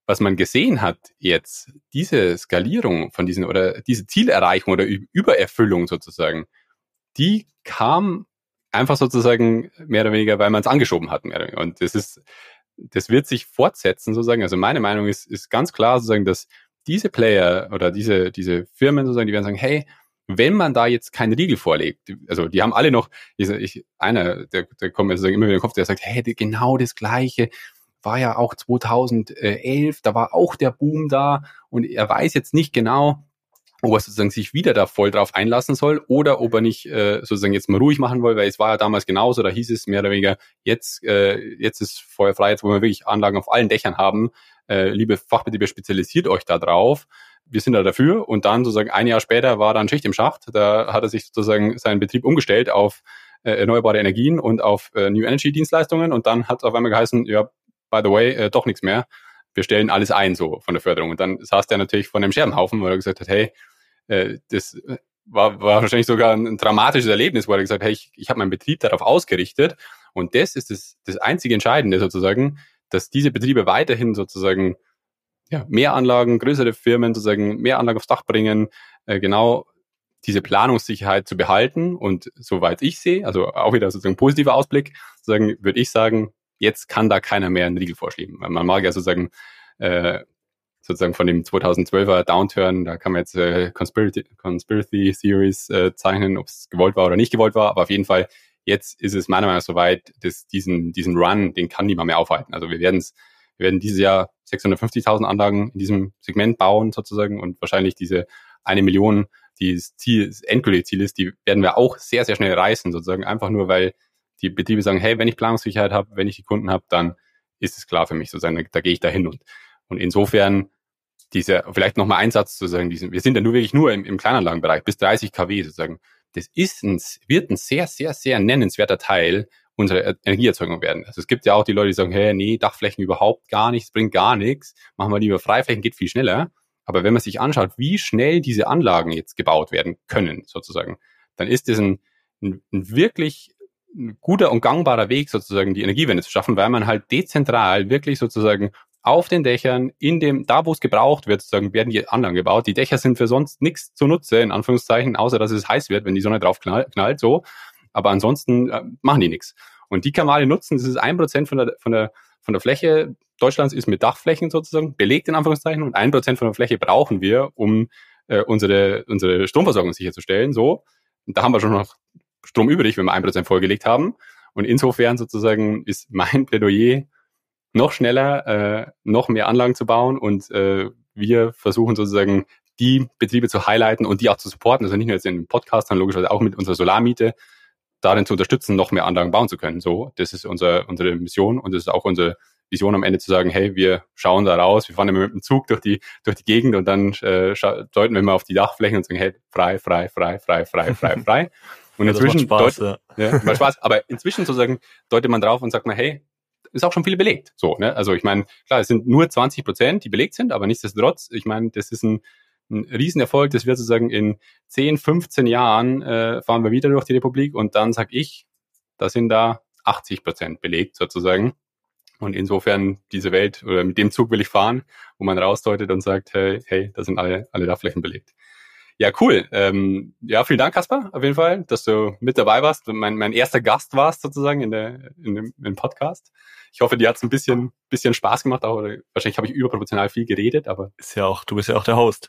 was man gesehen hat jetzt, diese Skalierung von diesen oder diese Zielerreichung oder Übererfüllung sozusagen, die kam einfach sozusagen mehr oder weniger, weil man es angeschoben hat. Mehr oder weniger. Und das ist, das wird sich fortsetzen sozusagen. Also meine Meinung ist, ist ganz klar sozusagen, dass diese Player oder diese, diese Firmen sozusagen, die werden sagen, hey, wenn man da jetzt keinen Riegel vorlegt, also die haben alle noch, ich, einer, der, der kommt mir sozusagen immer wieder in den Kopf, der sagt, hey, genau das Gleiche war ja auch zweitausendelf, da war auch der Boom da und er weiß jetzt nicht genau, ob er sozusagen sich wieder da voll drauf einlassen soll oder ob er nicht äh, sozusagen jetzt mal ruhig machen will, weil es war ja damals genauso, da hieß es mehr oder weniger, jetzt äh, jetzt ist feuerfrei, jetzt wollen wir wirklich Anlagen auf allen Dächern haben, äh, liebe Fachbetriebe, spezialisiert euch da drauf, wir sind da dafür und dann sozusagen ein Jahr später war dann Schicht im Schacht, da hat er sich sozusagen seinen Betrieb umgestellt auf äh, erneuerbare Energien und auf äh, New Energy Dienstleistungen und dann hat es auf einmal geheißen, ja, by the way, äh, doch nichts mehr, wir stellen alles ein so von der Förderung und dann saß der natürlich von einem Scherbenhaufen, weil er gesagt hat, hey, äh, das war, war wahrscheinlich sogar ein, ein dramatisches Erlebnis, wo er gesagt hat, hey, ich, ich habe meinen Betrieb darauf ausgerichtet und das ist das, das einzige Entscheidende sozusagen, dass diese Betriebe weiterhin sozusagen ja, mehr Anlagen, größere Firmen sozusagen mehr Anlagen aufs Dach bringen, äh, genau diese Planungssicherheit zu behalten und soweit ich sehe, also auch wieder sozusagen positiver Ausblick, sozusagen würde ich sagen, jetzt kann da keiner mehr einen Riegel vorschieben. Man mag ja sozusagen äh, sozusagen von dem zweitausendzwölfer Downturn, da kann man jetzt äh, Conspiracy, Conspiracy Theories äh, zeichnen, ob es gewollt war oder nicht gewollt war, aber auf jeden Fall, jetzt ist es meiner Meinung nach soweit, dass diesen diesen Run, den kann niemand mehr aufhalten. Also wir werden es Wir werden dieses Jahr sechshundertfünfzigtausend Anlagen in diesem Segment bauen sozusagen und wahrscheinlich diese eine Million, die das Ziel, das endgültige Ziel ist, die werden wir auch sehr, sehr schnell reißen sozusagen. Einfach nur, weil die Betriebe sagen, hey, wenn ich Planungssicherheit habe, wenn ich die Kunden habe, dann ist es klar für mich sozusagen, da, da gehe ich da hin. Und, und insofern diese, vielleicht nochmal ein Satz zu sagen, diesen, wir sind ja nur wirklich nur im, im Kleinanlagenbereich, bis dreißig Kilowatt sozusagen. Das ist ein, wird ein sehr, sehr, sehr nennenswerter Teil unsere Energieerzeugung werden. Also es gibt ja auch die Leute, die sagen, hey, nee, Dachflächen überhaupt gar nichts, bringt gar nichts, machen wir lieber Freiflächen, geht viel schneller. Aber wenn man sich anschaut, wie schnell diese Anlagen jetzt gebaut werden können, sozusagen, dann ist es ein, ein, ein wirklich ein guter und gangbarer Weg, sozusagen die Energiewende zu schaffen, weil man halt dezentral wirklich sozusagen auf den Dächern, in dem, da wo es gebraucht wird, sozusagen, werden die Anlagen gebaut. Die Dächer sind für sonst nichts zunutze, in Anführungszeichen, außer dass es heiß wird, wenn die Sonne drauf knallt, knallt so. Aber ansonsten äh, machen die nichts. Und die kann man alle nutzen. Das ist ein Prozent von der, von der, von der Fläche Deutschlands ist mit Dachflächen sozusagen belegt, in Anführungszeichen. Und ein Prozent von der Fläche brauchen wir, um äh, unsere, unsere Stromversorgung sicherzustellen. So. Und da haben wir schon noch Strom übrig, wenn wir ein Prozent vollgelegt haben. Und insofern sozusagen ist mein Plädoyer, noch schneller, äh, noch mehr Anlagen zu bauen. Und äh, wir versuchen sozusagen, die Betriebe zu highlighten und die auch zu supporten. Also nicht nur jetzt in dem Podcast, sondern logischerweise auch mit unserer Solarmiete, darin zu unterstützen, noch mehr Anlagen bauen zu können. So, das ist unser, unsere Mission und das ist auch unsere Vision am Ende zu sagen, hey, wir schauen da raus, wir fahren immer mit dem Zug durch die durch die Gegend und dann äh, deuten wir mal auf die Dachflächen und sagen, hey, frei, frei, frei, frei, frei, frei, frei. Und ja, inzwischen Spaß, deut- ja. Ja, macht Spaß, aber inzwischen sozusagen deutet man drauf und sagt mal, hey, ist auch schon viel belegt. So, ne? Also ich meine, klar, es sind nur zwanzig Prozent, die belegt sind, aber nichtsdestotrotz, ich meine, das ist ein ein Riesenerfolg, das wird sozusagen in zehn, fünfzehn Jahren äh, fahren wir wieder durch die Republik und dann sag ich, da sind da achtzig Prozent belegt sozusagen. Und insofern diese Welt, oder mit dem Zug will ich fahren, wo man rausdeutet und sagt, hey, hey, da sind alle, alle Dachflächen belegt. Ja, cool. Ähm, ja, vielen Dank, Kaspar, auf jeden Fall, dass du mit dabei warst und mein, mein erster Gast warst sozusagen in der in dem, im Podcast. Ich hoffe, dir hat es ein bisschen bisschen Spaß gemacht, auch, oder wahrscheinlich habe ich überproportional viel geredet, aber ist ja auch, du bist ja auch der Host.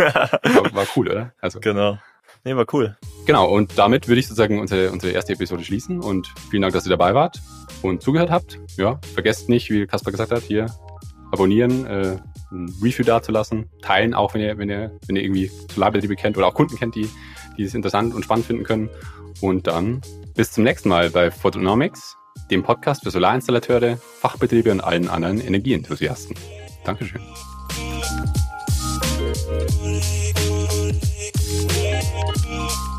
war, war cool, oder? Also genau. Nee, war cool. Genau, und damit würde ich sozusagen unsere unsere erste Episode schließen und vielen Dank, dass ihr dabei wart und zugehört habt. Ja, vergesst nicht, wie Kaspar gesagt hat, hier abonnieren, äh, ein Review dazulassen, teilen auch, wenn ihr, wenn ihr, wenn ihr irgendwie Solarbetriebe kennt oder auch Kunden kennt, die, die es interessant und spannend finden können. Und dann bis zum nächsten Mal bei Photonomics, dem Podcast für Solarinstallateure, Fachbetriebe und allen anderen Energieenthusiasten. Dankeschön. Thank you.